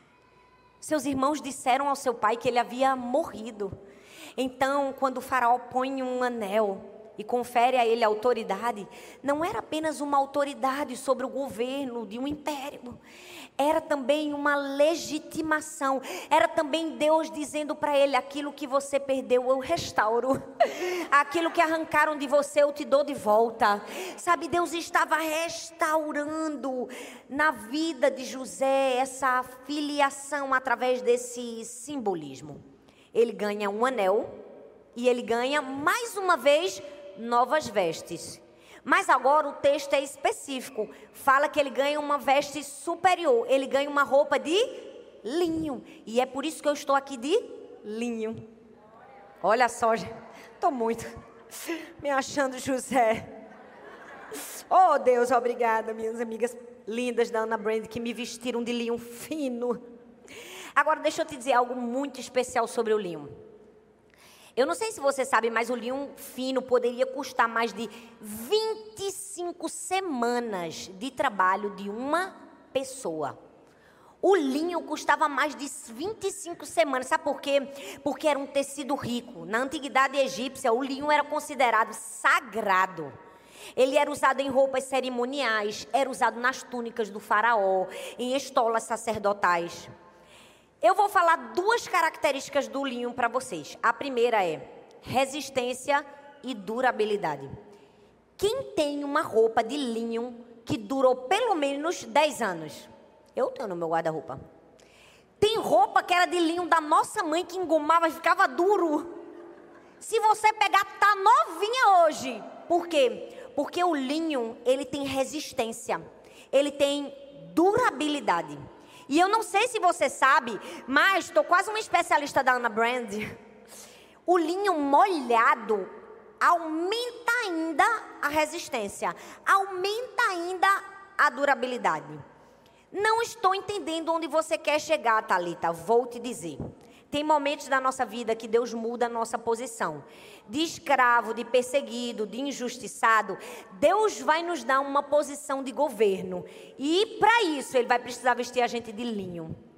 Seus irmãos disseram ao seu pai que ele havia morrido. Então, quando o faraó põe um anel e confere a ele a autoridade, não era apenas uma autoridade sobre o governo de um império. Era também uma legitimação. Era também Deus dizendo para ele, aquilo que você perdeu eu restauro. Aquilo que arrancaram de você eu te dou de volta. Sabe, Deus estava restaurando na vida de José essa filiação através desse simbolismo. Ele ganha um anel e ele ganha mais uma vez novas vestes. Mas agora o texto é específico. Fala que ele ganha uma veste superior. Ele ganha uma roupa de linho. E é por isso que eu estou aqui de linho. Olha só, estou muito me achando José. Oh Deus, obrigada, minhas amigas lindas da Ana Brand, que me vestiram de linho fino. Agora deixa eu te dizer algo muito especial sobre o linho. Eu não sei se você sabe, mas o linho fino poderia custar mais de vinte e cinco semanas de trabalho de uma pessoa. O linho custava mais de vinte e cinco semanas. Sabe por quê? Porque era um tecido rico. Na antiguidade egípcia, o linho era considerado sagrado. Ele era usado em roupas cerimoniais, era usado nas túnicas do faraó, em estolas sacerdotais. Eu vou falar duas características do linho para vocês. A primeira é resistência e durabilidade. Quem tem uma roupa de linho que durou pelo menos dez anos? Eu tenho no meu guarda-roupa. Tem roupa que era de linho da nossa mãe que engomava e ficava duro. Se você pegar, tá novinha hoje. Por quê? Porque o linho, ele tem resistência. Ele tem durabilidade. E eu não sei se você sabe, mas estou quase uma especialista da Ana Brand. O linho molhado aumenta ainda a resistência, aumenta ainda a durabilidade. Não estou entendendo onde você quer chegar, Thalita, vou te dizer. Tem momentos da nossa vida que Deus muda a nossa posição. De escravo, de perseguido, de injustiçado, Deus vai nos dar uma posição de governo. E para isso Ele vai precisar vestir a gente de linho.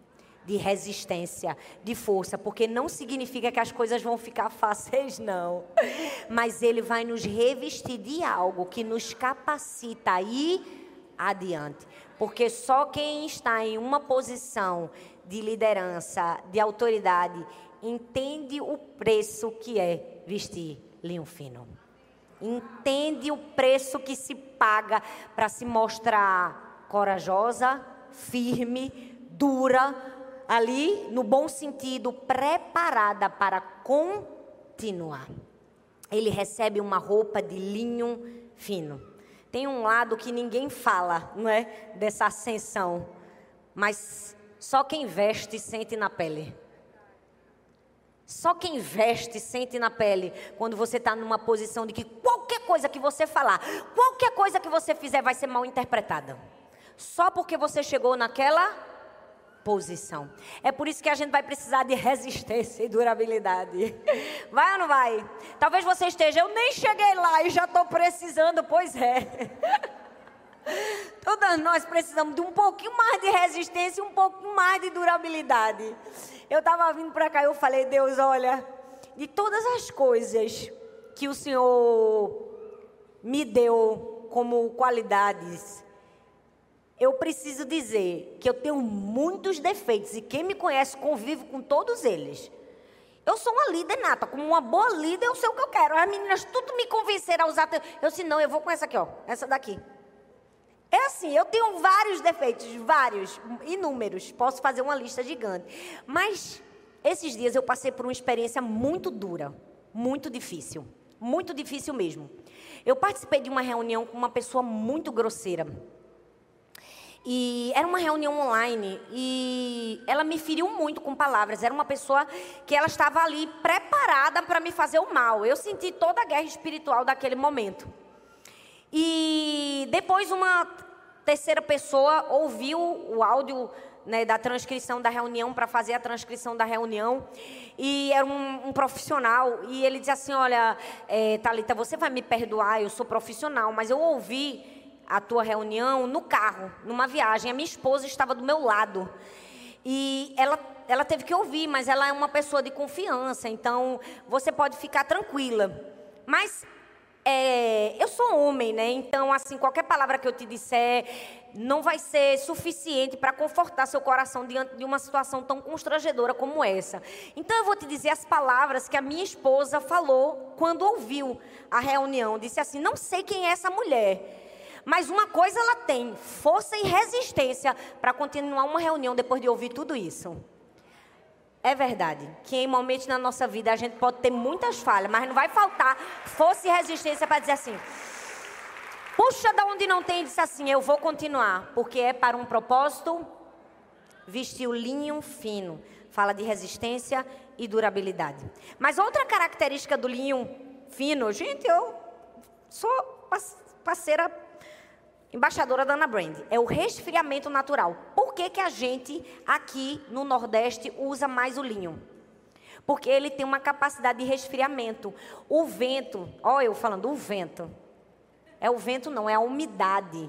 de resistência, de força, porque não significa que as coisas vão ficar fáceis, não. Mas Ele vai nos revestir de algo que nos capacita a ir adiante. Porque só quem está em uma posição de liderança, de autoridade, entende o preço que é vestir linho fino. Entende o preço que se paga para se mostrar corajosa, firme, dura, ali, no bom sentido, preparada para continuar. Ele recebe uma roupa de linho fino. Tem um lado que ninguém fala, não é? Dessa ascensão. Mas só quem veste sente na pele. Só quem veste sente na pele quando você está numa posição de que qualquer coisa que você falar, qualquer coisa que você fizer vai ser mal interpretada. Só porque você chegou naquela posição. É por isso que a gente vai precisar de resistência e durabilidade. Vai ou não vai? Talvez você esteja, eu nem cheguei lá e já estou precisando, pois é. Todas nós precisamos de um pouquinho mais de resistência e um pouco mais de durabilidade. Eu estava vindo para cá e eu falei, Deus, olha, de todas as coisas que o Senhor me deu como qualidades, eu preciso dizer que eu tenho muitos defeitos e quem me conhece convive com todos eles. Eu sou uma líder nata, como uma boa líder eu sei o que eu quero. As meninas tudo me convenceram a usar. Eu disse, não, eu vou com essa aqui, ó, essa daqui. É assim, eu tenho vários defeitos, vários, inúmeros, posso fazer uma lista gigante. Mas, esses dias eu passei por uma experiência muito dura, muito difícil, muito difícil mesmo. Eu participei de uma reunião com uma pessoa muito grosseira. E era uma reunião online e ela me feriu muito com palavras. Era uma pessoa que ela estava ali preparada para me fazer o mal. Eu senti toda a guerra espiritual daquele momento. E depois uma terceira pessoa ouviu o áudio, né, da transcrição da reunião para fazer a transcrição da reunião. E era um, um profissional. E ele disse assim, olha, é, Thalita, você vai me perdoar, eu sou profissional, mas eu ouvi a tua reunião no carro, numa viagem. A minha esposa estava do meu lado. E ela, ela teve que ouvir, mas ela é uma pessoa de confiança. Então, você pode ficar tranquila. Mas... É, eu sou homem, né? Então, assim, qualquer palavra que eu te disser não vai ser suficiente para confortar seu coração diante de uma situação tão constrangedora como essa. Então, eu vou te dizer as palavras que a minha esposa falou quando ouviu a reunião. Disse assim, não sei quem é essa mulher, mas uma coisa ela tem, força e resistência para continuar uma reunião depois de ouvir tudo isso. É verdade, que em momentos na nossa vida a gente pode ter muitas falhas, mas não vai faltar força e resistência para dizer assim, puxa da onde não tem e diz assim, eu vou continuar, porque é para um propósito, vestir o linho fino, fala de resistência e durabilidade. Mas outra característica do linho fino, gente, eu sou parceira, embaixadora da Ana Brand, é o resfriamento natural. Por que que a gente aqui no Nordeste usa mais o linho? Porque ele tem uma capacidade de resfriamento. O vento, ó eu falando, o vento. É o vento não, é a umidade.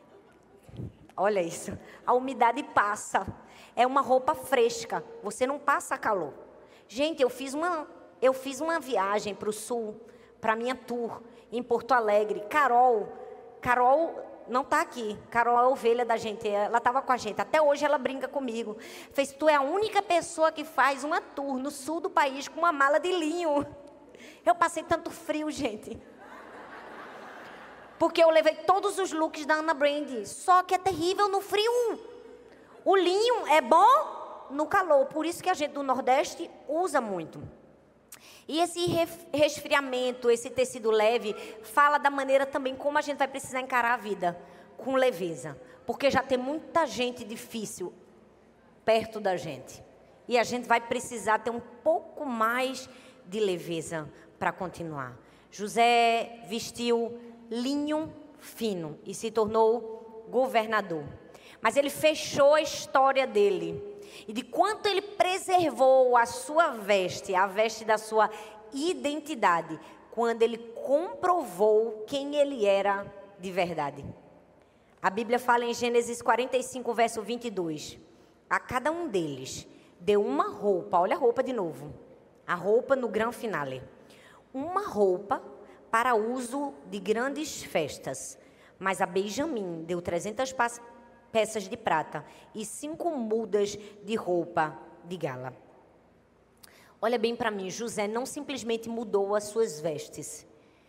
Olha isso, a umidade passa. É uma roupa fresca, você não passa calor. Gente, eu fiz uma, eu fiz uma viagem para o sul, para a minha tour, em Porto Alegre. Carol, Carol... não está aqui, Carol é a ovelha da gente, ela estava com a gente, até hoje ela brinca comigo. Fez, tu é a única pessoa que faz uma tour no sul do país com uma mala de linho. Eu passei tanto frio, gente. Porque eu levei todos os looks da Ana Brand, só que é terrível no frio. O linho é bom no calor, por isso que a gente do Nordeste usa muito. E esse resfriamento, esse tecido leve, fala da maneira também como a gente vai precisar encarar a vida, com leveza. Porque já tem muita gente difícil perto da gente. E a gente vai precisar ter um pouco mais de leveza para continuar. José vestiu linho fino e se tornou governador. Mas ele fechou a história dele. E de quanto ele preservou a sua veste, a veste da sua identidade, quando ele comprovou quem ele era de verdade. A Bíblia fala em Gênesis quarenta e cinco, verso vinte e dois. a cada um deles deu uma roupa, olha a roupa de novo, a roupa no gran finale, uma roupa para uso de grandes festas, mas a Benjamim deu trezentas peças de prata e cinco mudas de roupa de gala. Olha bem para mim, José não simplesmente mudou as suas vestes,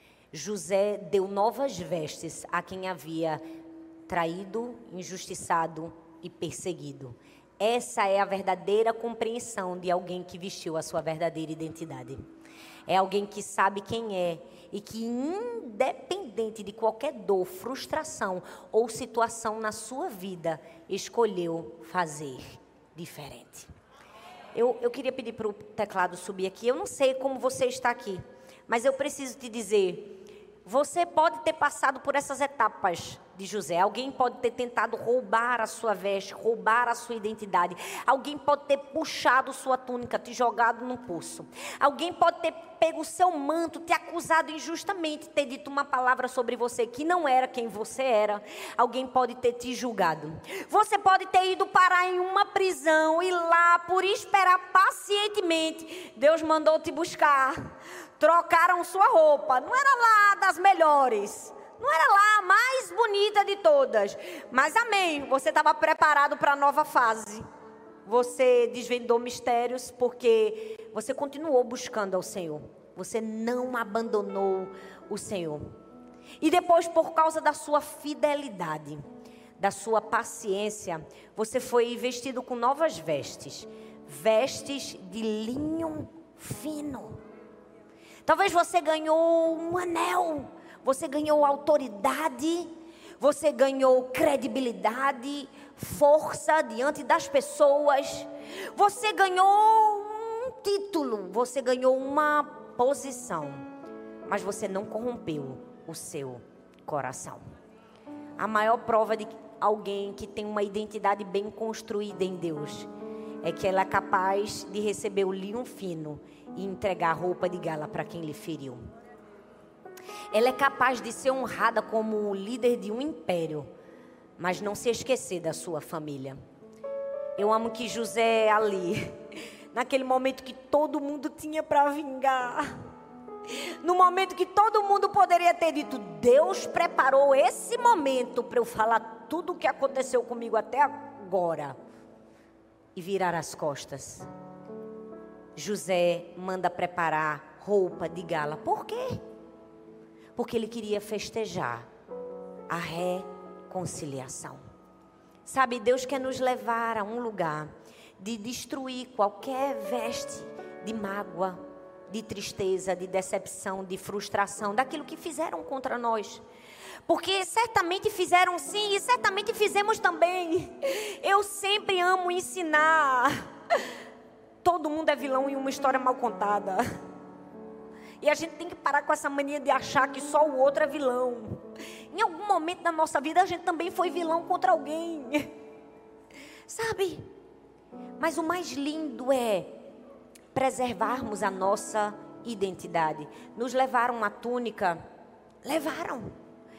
José deu novas vestes a quem havia traído, injustiçado e perseguido. Essa é a verdadeira compreensão de alguém que vestiu a sua verdadeira identidade. É alguém que sabe quem é e que, independente de qualquer dor, frustração ou situação na sua vida, escolheu fazer diferente. Eu, eu queria pedir para o teclado subir aqui. Eu não sei como você está aqui, mas eu preciso te dizer, você pode ter passado por essas etapas de José. Alguém pode ter tentado roubar a sua veste, roubar a sua identidade. Alguém pode ter puxado sua túnica, te jogado no poço. Alguém pode ter pego o seu manto, te acusado injustamente, ter dito uma palavra sobre você que não era quem você era. Alguém pode ter te julgado. Você pode ter ido parar em uma prisão e lá, por esperar pacientemente, Deus mandou te buscar. Trocaram sua roupa, não era lá das melhores, não era lá a mais bonita de todas, mas amém, você estava preparado para a nova fase. Você desvendou mistérios porque você continuou buscando ao Senhor, você não abandonou o Senhor. E depois, por causa da sua fidelidade, da sua paciência, você foi vestido com novas vestes, vestes de linho fino. Talvez você ganhou um anel, você ganhou autoridade, você ganhou credibilidade, força diante das pessoas, você ganhou um título, você ganhou uma posição, mas você não corrompeu o seu coração. A maior prova de alguém que tem uma identidade bem construída em Deus é que ela é capaz de receber o linho fino e entregar a roupa de gala para quem lhe feriu. Ela é capaz de ser honrada como líder de um império, mas não se esquecer da sua família. Eu amo que José ali, naquele momento que todo mundo tinha para vingar, no momento que todo mundo poderia ter dito, Deus preparou esse momento para eu falar tudo o que aconteceu comigo até agora e virar as costas. José manda preparar roupa de gala. Por quê? Porque ele queria festejar a reconciliação. Sabe, Deus quer nos levar a um lugar de destruir qualquer veste de mágoa, de tristeza, de decepção, de frustração, daquilo que fizeram contra nós. Porque certamente fizeram sim e certamente fizemos também. Eu sempre amo ensinar. Todo mundo é vilão em uma história mal contada. E a gente tem que parar com essa mania de achar que só o outro é vilão. Em algum momento da nossa vida a gente também foi vilão contra alguém. Sabe? Mas o mais lindo é preservarmos a nossa identidade. Nos levaram a túnica. Levaram.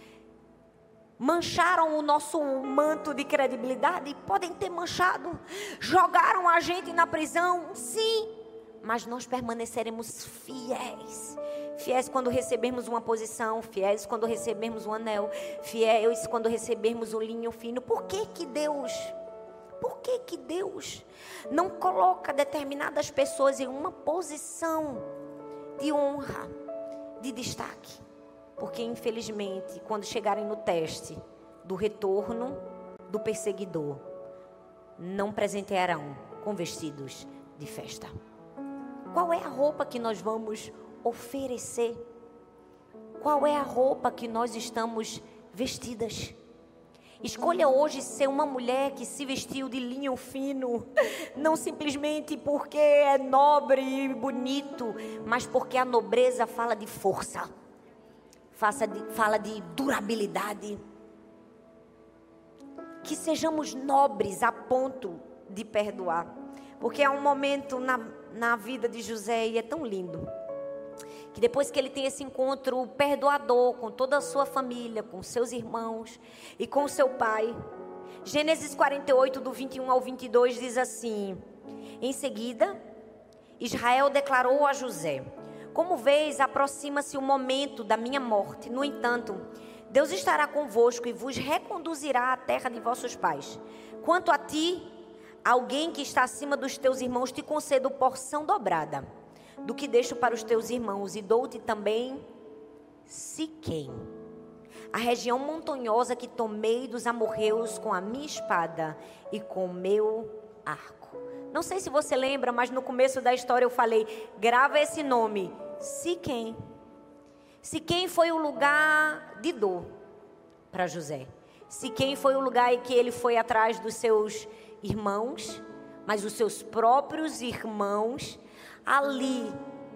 Mancharam o nosso manto de credibilidade? Podem ter manchado. Jogaram a gente na prisão? Sim. Mas nós permaneceremos fiéis. Fiéis quando recebermos uma posição. Fiéis quando recebermos um anel. Fiéis quando recebermos o linho fino. Por que que Deus... Por que que Deus não coloca determinadas pessoas em uma posição de honra, de destaque? Porque, infelizmente, quando chegarem no teste do retorno do perseguidor, não presentearão com vestidos de festa. Qual é a roupa que nós vamos oferecer? Qual é a roupa que nós estamos vestidas? Escolha hoje ser uma mulher que se vestiu de linho fino, não simplesmente porque é nobre e bonito, mas porque a nobreza fala de força. Fala de durabilidade. Que sejamos nobres a ponto de perdoar. Porque há um momento na, na vida de José, e é tão lindo, que depois que ele tem esse encontro perdoador com toda a sua família, com seus irmãos e com seu pai, Gênesis quarenta e oito, do vinte e um ao vinte e dois, diz assim: em seguida, Israel declarou a José: como vês, aproxima-se o momento da minha morte. No entanto, Deus estará convosco e vos reconduzirá à terra de vossos pais. Quanto a ti, alguém que está acima dos teus irmãos, te concedo porção dobrada do que deixo para os teus irmãos, e dou-te também Siquém, a região montanhosa que tomei dos amorreus com a minha espada e com o meu arco. Não sei se você lembra, mas no começo da história eu falei, grava esse nome, Siquém. Siquém foi o lugar de dor para José. Siquém foi o lugar em que ele foi atrás dos seus irmãos, mas os seus próprios irmãos, ali,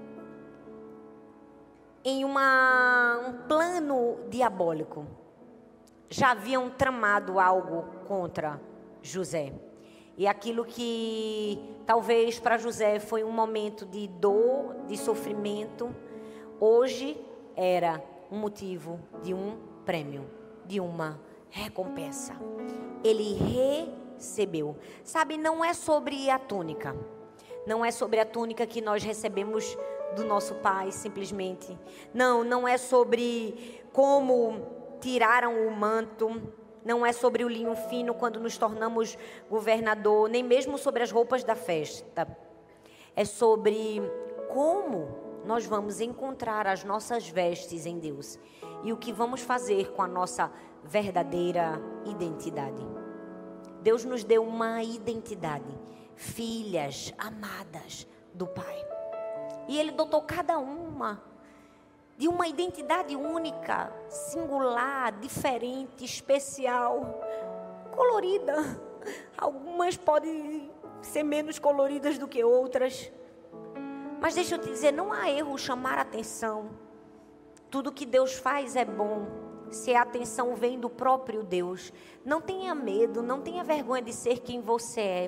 em uma, um plano diabólico, já haviam tramado algo contra José. E aquilo que talvez para José foi um momento de dor, de sofrimento, hoje era um motivo de um prêmio, de uma recompensa. Ele recebeu. Sabe, não é sobre a túnica. Não é sobre a túnica que nós recebemos do nosso pai, simplesmente. Não, não é sobre como tiraram o manto. Não é sobre o linho fino quando nos tornamos governador, nem mesmo sobre as roupas da festa. É sobre como nós vamos encontrar as nossas vestes em Deus e o que vamos fazer com a nossa verdadeira identidade. Deus nos deu uma identidade, filhas amadas do Pai. E Ele dotou cada uma de uma identidade única, singular, diferente, especial, colorida. Algumas podem ser menos coloridas do que outras. Mas deixa eu te dizer, não há erro chamar a atenção. Tudo que Deus faz é bom, se a atenção vem do próprio Deus. Não tenha medo, não tenha vergonha de ser quem você é.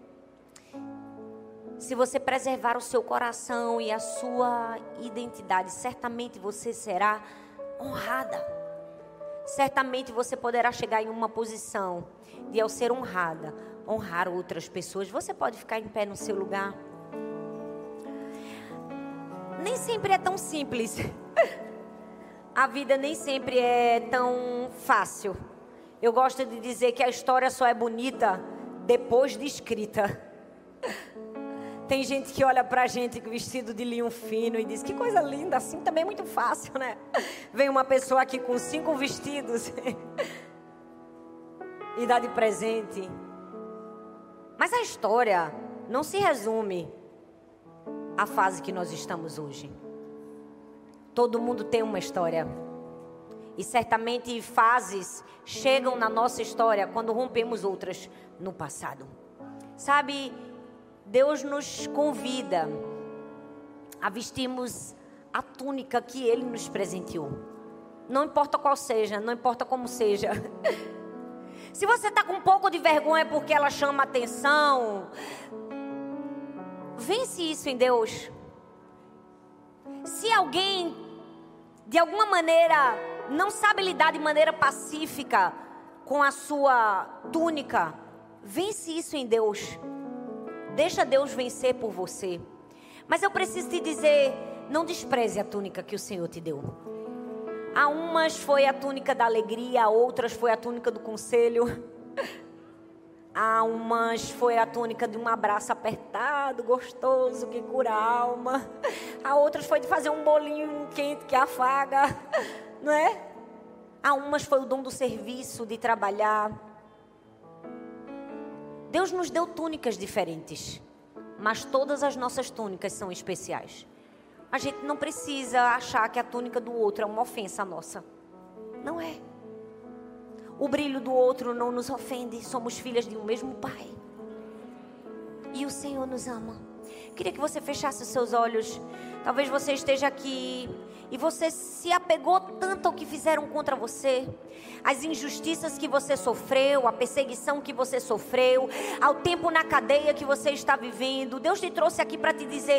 Se você preservar o seu coração e a sua identidade, certamente você será honrada. Certamente você poderá chegar em uma posição de, ao ser honrada, honrar outras pessoas. Você pode ficar em pé no seu lugar. Nem sempre é tão simples. A vida nem sempre é tão fácil. Eu gosto de dizer que a história só é bonita depois de escrita. Tem gente que olha pra gente vestido de linho fino e diz, que coisa linda, assim também é muito fácil, né? Vem uma pessoa aqui com cinco vestidos e dá de presente. Mas a história não se resume à fase que nós estamos hoje. Todo mundo tem uma história. E certamente fases chegam na nossa história quando rompemos outras no passado. Sabe, Deus nos convida a vestirmos a túnica que Ele nos presenteou. Não importa qual seja, não importa como seja. Se você está com um pouco de vergonha porque ela chama atenção, vence isso em Deus. Se alguém, de alguma maneira, não sabe lidar de maneira pacífica com a sua túnica, vence isso em Deus. Deixa Deus vencer por você. Mas eu preciso te dizer, não despreze a túnica que o Senhor te deu. A umas foi a túnica da alegria, a outras foi a túnica do conselho. A umas foi a túnica de um abraço apertado, gostoso, que cura a alma. A outras foi de fazer um bolinho quente que afaga, não é? A umas foi o dom do serviço, de trabalhar. Deus nos deu túnicas diferentes, mas todas as nossas túnicas são especiais. A gente não precisa achar que a túnica do outro é uma ofensa nossa. Não é. O brilho do outro não nos ofende. Somos filhas de um mesmo Pai. E o Senhor nos ama. Queria que você fechasse os seus olhos. Talvez você esteja aqui e você se apegou tanto ao que fizeram contra você, as injustiças que você sofreu, a perseguição que você sofreu, ao tempo na cadeia que você está vivendo. Deus te trouxe aqui para te dizer,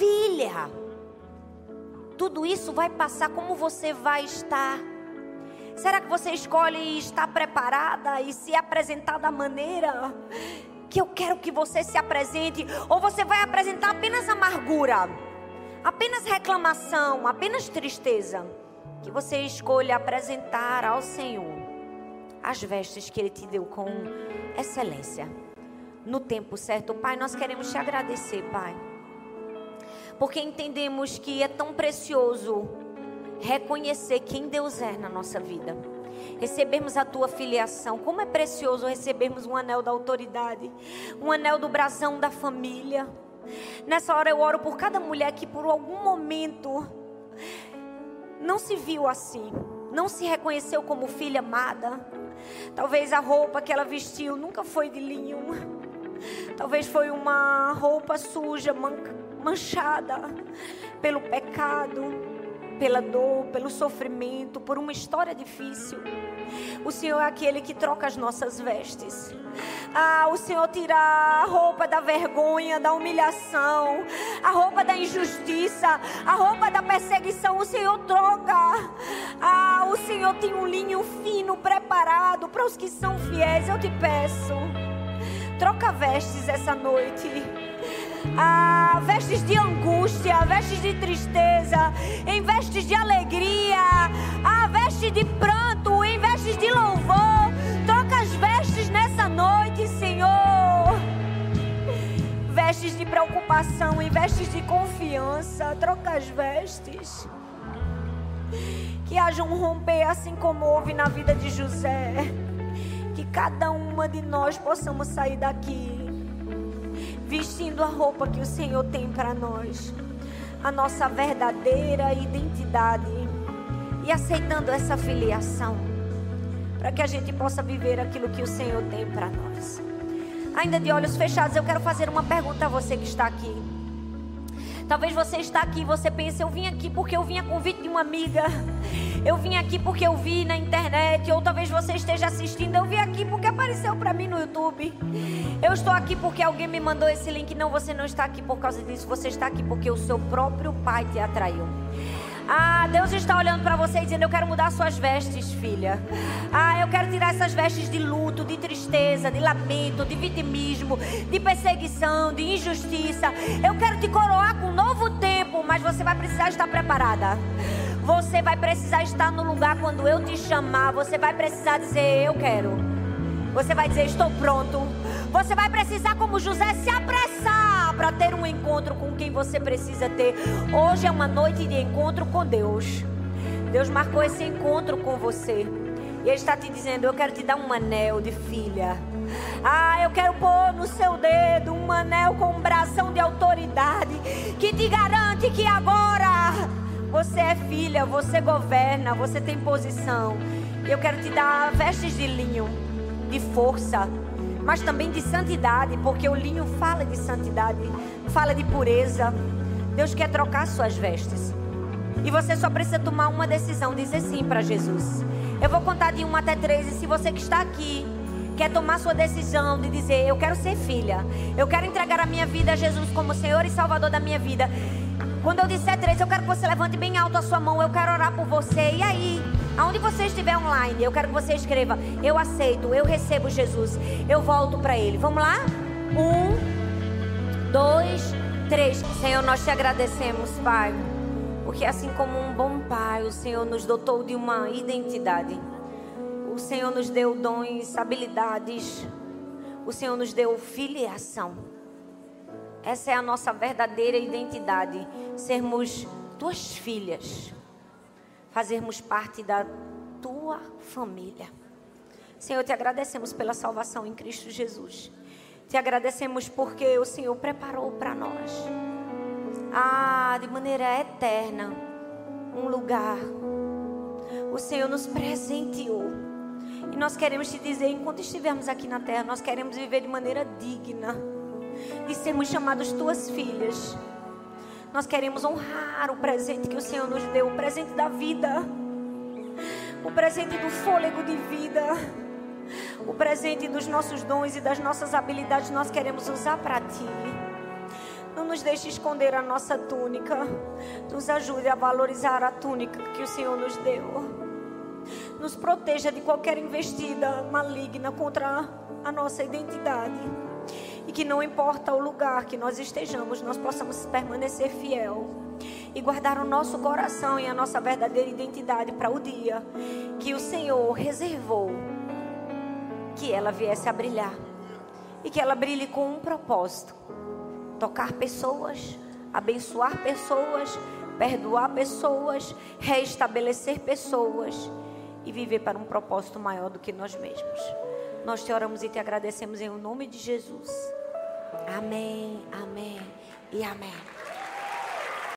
filha, tudo isso vai passar. Como você vai estar? Será que você escolhe estar preparada e se apresentar da maneira que eu quero que você se apresente? Ou você vai apresentar apenas amargura, apenas reclamação, apenas tristeza? Que você escolha apresentar ao Senhor as vestes que Ele te deu com excelência, no tempo certo. Pai, nós queremos te agradecer, Pai, porque entendemos que é tão precioso reconhecer quem Deus é na nossa vida, recebermos a tua filiação. Como é precioso recebermos um anel da autoridade, um anel do brasão da família. Nessa hora eu oro por cada mulher que por algum momento não se viu assim, não se reconheceu como filha amada. Talvez a roupa que ela vestiu nunca foi de linho, talvez foi uma roupa suja, manchada pelo pecado, pela dor, pelo sofrimento, por uma história difícil. O Senhor é aquele que troca as nossas vestes. Ah, o Senhor tira a roupa da vergonha, da humilhação, a roupa da injustiça, a roupa da perseguição. O Senhor troca. Ah, o Senhor tem um linho fino preparado para os que são fiéis. Eu te peço, troca vestes essa noite. Ah, vestes de angústia, vestes de tristeza, em vestes de alegria, ah, vestes de pranto, em vestes de louvor. Troca as vestes nessa noite, Senhor. Vestes de preocupação, em vestes de confiança. Troca as vestes. Que haja um romper, assim como houve na vida de José. Que cada uma de nós possamos sair daqui vestindo a roupa que o Senhor tem para nós, a nossa verdadeira identidade, e aceitando essa filiação, para que a gente possa viver aquilo que o Senhor tem para nós. Ainda de olhos fechados, eu quero fazer uma pergunta a você que está aqui. Talvez você está aqui e você pense: eu vim aqui porque eu vim a convite de uma amiga, eu vim aqui porque eu vi na internet. Ou talvez você esteja assistindo: eu vim aqui porque apareceu para mim no YouTube. Eu estou aqui porque alguém me mandou esse link. Não, você não está aqui por causa disso. Você está aqui porque o seu próprio Pai te atraiu. Ah, Deus está olhando para você e dizendo: eu quero mudar suas vestes, filha. Ah, eu quero tirar essas vestes de luto, de tristeza, de lamento, de vitimismo, de perseguição, de injustiça. Eu quero te coroar com um novo tempo, mas você vai precisar estar preparada. Você vai precisar estar no lugar quando eu te chamar. Você vai precisar dizer: eu quero. Você vai dizer: estou pronto. Você vai precisar, como José, se apressar para ter um encontro com quem você precisa ter. Hoje é uma noite de encontro com Deus. Deus marcou esse encontro com você. E Ele está te dizendo: eu quero te dar um anel de filha. Ah, eu quero pôr no seu dedo um anel com um brasão de autoridade, que te garante que agora você é filha, você governa, você tem posição. E eu quero te dar vestes de linho, de força, mas também de santidade, porque o linho fala de santidade, fala de pureza. Deus quer trocar suas vestes, e você só precisa tomar uma decisão, dizer sim para Jesus. Eu vou contar de um até três, e se você que está aqui quer tomar sua decisão de dizer: eu quero ser filha, eu quero entregar a minha vida a Jesus como Senhor e Salvador da minha vida. Quando eu disser três, eu quero que você levante bem alto a sua mão. Eu quero orar por você. E aí, aonde você estiver online, eu quero que você escreva: eu aceito, eu recebo Jesus, eu volto para Ele. Vamos lá? Um, dois, três. Senhor, nós te agradecemos, Pai, porque assim como um bom Pai, o Senhor nos dotou de uma identidade. O Senhor nos deu dons, habilidades. O Senhor nos deu filiação. Essa é a nossa verdadeira identidade. Sermos tuas filhas. Fazermos parte da tua família. Senhor, te agradecemos pela salvação em Cristo Jesus. Te agradecemos porque o Senhor preparou para nós, ah, de maneira eterna, um lugar. O Senhor nos presenteou. E nós queremos te dizer: enquanto estivermos aqui na terra, nós queremos viver de maneira digna de sermos chamados tuas filhas. Nós queremos honrar o presente que o Senhor nos deu, o presente da vida, o presente do fôlego de vida, o presente dos nossos dons e das nossas habilidades. Nós queremos usar para ti. Não nos deixe esconder a nossa túnica. Nos ajude a valorizar a túnica que o Senhor nos deu.
nos proteja de qualquer investida maligna contra a nossa identidade. E que não importa o lugar que nós estejamos, nós possamos permanecer fiel e guardar o nosso coração e a nossa verdadeira identidade para o dia que o Senhor reservou que ela viesse a brilhar. E que ela brilhe com um propósito: tocar pessoas, abençoar pessoas, perdoar pessoas, reestabelecer pessoas e viver para um propósito maior do que nós mesmos. Nós te oramos e te agradecemos em nome de Jesus. Amém, amém e amém.